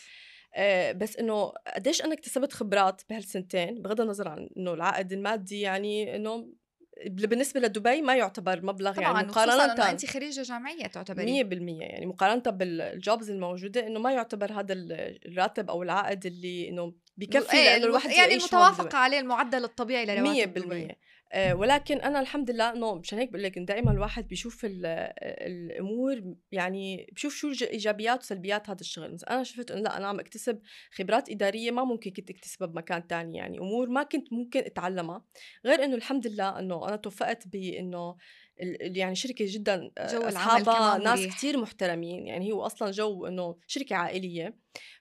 آه، بس إنه قديش أنا اكتسبت خبرات بهالسنتين، بغض النظر عن إنه العائد المادي، يعني إنه بالنسبة لدبي ما يعتبر مبلغ يعني طبعا، وخصوصا انه مقارنة انت خريجه جامعيه تعتبري. مية بالمية، يعني مقارنة بالجوبز الموجودة إنه ما يعتبر هذا الراتب أو العائد اللي إنه الم... بكفي ايه لأنه المف... الواحد يعني يعيش هون بدبي. المتوافق عليه المعدل الطبيعي مية لرواتب دبي. بالمية. آه، ولكن أنا الحمد لله إنه مشان هيك بقول لك إنه دائما الواحد بيشوف ال- الأمور، يعني بشوف شو الج- إيجابيات وسلبيات هذا الشغل. مثلا أنا شفت إنه لا، أنا عم أكتسب خبرات إدارية ما ممكن كنت أكتسبها بمكان تاني، يعني أمور ما كنت ممكن أتعلمها. غير إنه الحمد لله إنه أنا توفقت بإنه ال- ال- يعني شركة جدا آه، جو العمل أصحابها كمان ناس مريح. كتير محترمين، يعني هو أصلا جو إنه شركة عائلية،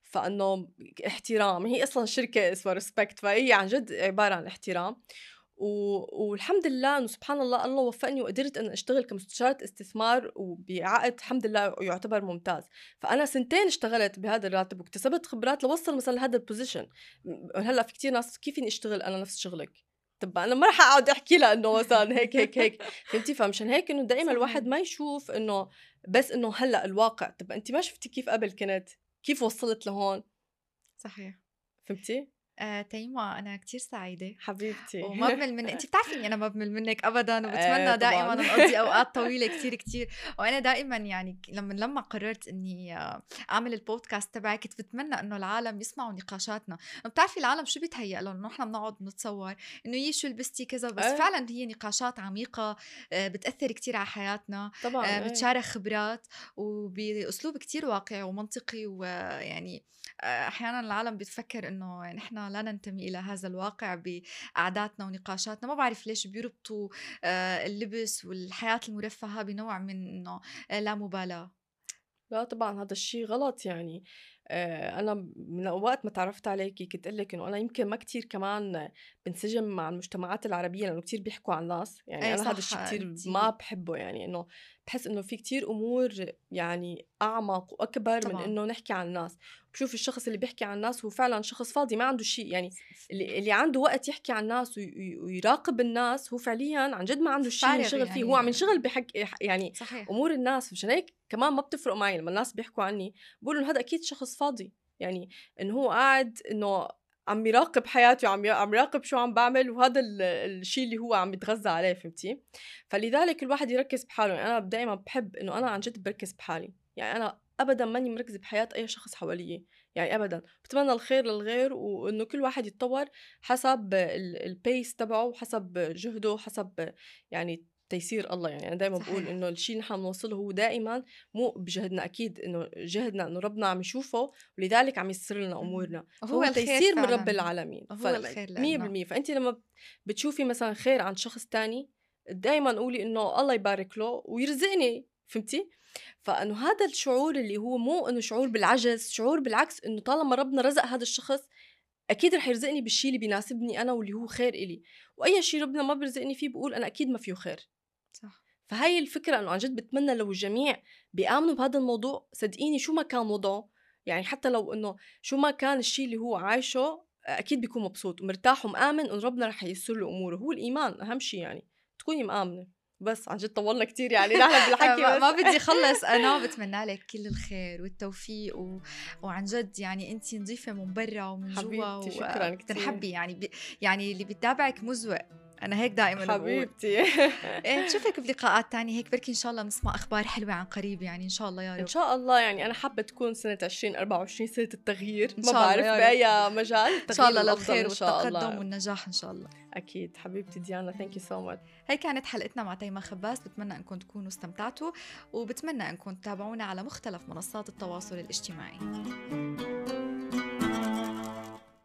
فإنه احترام. هي أصلا شركة اسمها ريسبكت، فهي عن جد عبارة عن احترام. و... والحمد لله انه سبحان الله الله وفقني وقدرت ان اشتغل كمستشارة استثمار وبعقد الحمد لله يعتبر ممتاز. فانا سنتين اشتغلت بهذا الراتب واكتسبت خبرات لوصل مثلا لهذا البوزيشن. هلا في كتير ناس كيف اني اشتغل انا نفس شغلك؟ طب انا ما رح اقعد احكي لها انه مثلا هيك هيك هيك، فهمتي؟ فمشان هيك انه دائما الواحد ما يشوف انه بس انه هلا الواقع. طب انت ما شفتي كيف قبل كنت، كيف وصلت لهون؟ صحيح. فهمتي؟ آه، تيما أنا كتير سعيدة حبيبتي. وما بمل من أنت بتعرفي إني أنا ما بمل منك أبدا، آه وبتمنى دائما طبعا. نقضي أوقات طويلة كتير كتير. وأنا دائما يعني لما لما قررت إني آه، أعمل البودكاست تبعي كنت بتمنى إنه العالم يسمعوا نقاشاتنا. بتعرفي العالم شو بيتهيأ لهم؟ إنه إحنا بنقعد نتصور إنه يي شو لبستي كذا، بس آه فعلا هي نقاشات عميقة آه، بتأثر كتير على حياتنا. طبعا. آه، آه بتشارك خبرات وبأسلوب كتير واقعي ومنطقي، ويعني احيانا العالم بتفكر انه نحن لا ننتمي الى هذا الواقع بقعداتنا ونقاشاتنا. ما بعرف ليش بيربطوا آه، اللبس والحياة المرفهة بنوع من انه آه، لا مبالاة. لا طبعا هذا الشيء غلط. يعني آه، أنا من وقت ما تعرفت عليكي كنت أقول لك إنه أنا يمكن ما كتير كمان بنسجم مع المجتمعات العربية، لأنه كتير بيحكوا عن الناس. يعني اي أنا هذا صح الشيء كتير ما انتي. بحبه، يعني إنه بحس إنه في كتير أمور يعني أعمق وأكبر من طبعا. إنه نحكي عن الناس. بشوف الشخص اللي بيحكي عن الناس هو فعلا شخص فاضي ما عنده شيء، يعني اللي, اللي عنده وقت يحكي عن الناس وي- وي- ويراقب الناس هو فعليا عن جد ما عنده شيء فارغ ينشغل فيه، هو عم يعني. ينشغل بحق يعني صحيح. امور الناس. مشان هيك كمان ما بتفرق معي لما الناس بيحكوا عني، بقولوا انه هذا اكيد شخص فاضي، يعني انه هو قاعد انه عم يراقب حياتي وعم ي- عم يراقب شو عم بعمل، وهذا ال- الشيء اللي هو عم يتغذى عليه. فهمتي؟ فلذلك الواحد يركز بحاله. يعني انا دائما بحب انه انا عن جد بركز بحالي، يعني انا ابدا ماني مركزه بحياه اي شخص حواليه، يعني ابدا. بتمنى الخير للغير وانه كل واحد يتطور حسب البيس تبعه وحسب جهده حسب يعني تيسير الله. يعني انا دائما بقول صحيح. انه الشيء اللي نحن بنوصله هو دائما مو بجهدنا، اكيد انه جهدنا انه ربنا عم يشوفه ولذلك عم يسر لنا مم. امورنا، وهو فهو الخير تيسير من رب فعلا. العالمين. ف هو الخير مية لنا. بالمية. فانت لما بتشوفي مثلا خير عند شخص تاني دائما قولي انه الله يبارك له ويرزقني. فهمتي؟ فانه هذا الشعور اللي هو مو انه شعور بالعجز، شعور بالعكس انه طالما ربنا رزق هذا الشخص اكيد رح يرزقني بالشيء اللي بيناسبني انا واللي هو خير إلي، واي شيء ربنا ما بيرزقني فيه بقول انا اكيد ما فيه خير. صح. فهاي الفكرة انه عن جد بتمنى لو الجميع بيآمنوا بهذا الموضوع. صدقيني شو ما كان وضعه، يعني حتى لو انه شو ما كان الشيء اللي هو عايشه اكيد بيكون مبسوط ومرتاح ومآمن انه ربنا رح ييسر له اموره. هو الايمان اهم شيء، يعني تكوني مآمنة. بس عن جد طولنا كتير يعني نحن بالحكي ما بس. ما بدي خلص. انا بتمنى لك كل الخير والتوفيق و... وعن جد يعني انت نظيفه من برا ومن جوا حبيبتي شكرا كتير. وبتنحبي يعني ب... يعني اللي بيتابعك مزوق. انا هيك دائما بقول. حبيبتي. إيه، نشوفك بلقاءات تانية هيك بركي ان شاء الله بنسمع اخبار حلوه عن قريب، يعني ان شاء الله يا رب. ان شاء الله. يعني انا حابه تكون سنه عشرين أربعة وعشرين سنه التغيير، ان ما شاء الله بعرف يا رب. باي مجال ان شاء التغيير الله الافضل للخير ان شاء والتقدم الله. والنجاح ان شاء الله. اكيد حبيبتي ديانا، ثانك يو سو ماتش. هي كانت حلقتنا مع تيما خباز، بتمنى انكم تكونوا استمتعتوا، وبتمنى انكم تتابعونا على مختلف منصات التواصل الاجتماعي.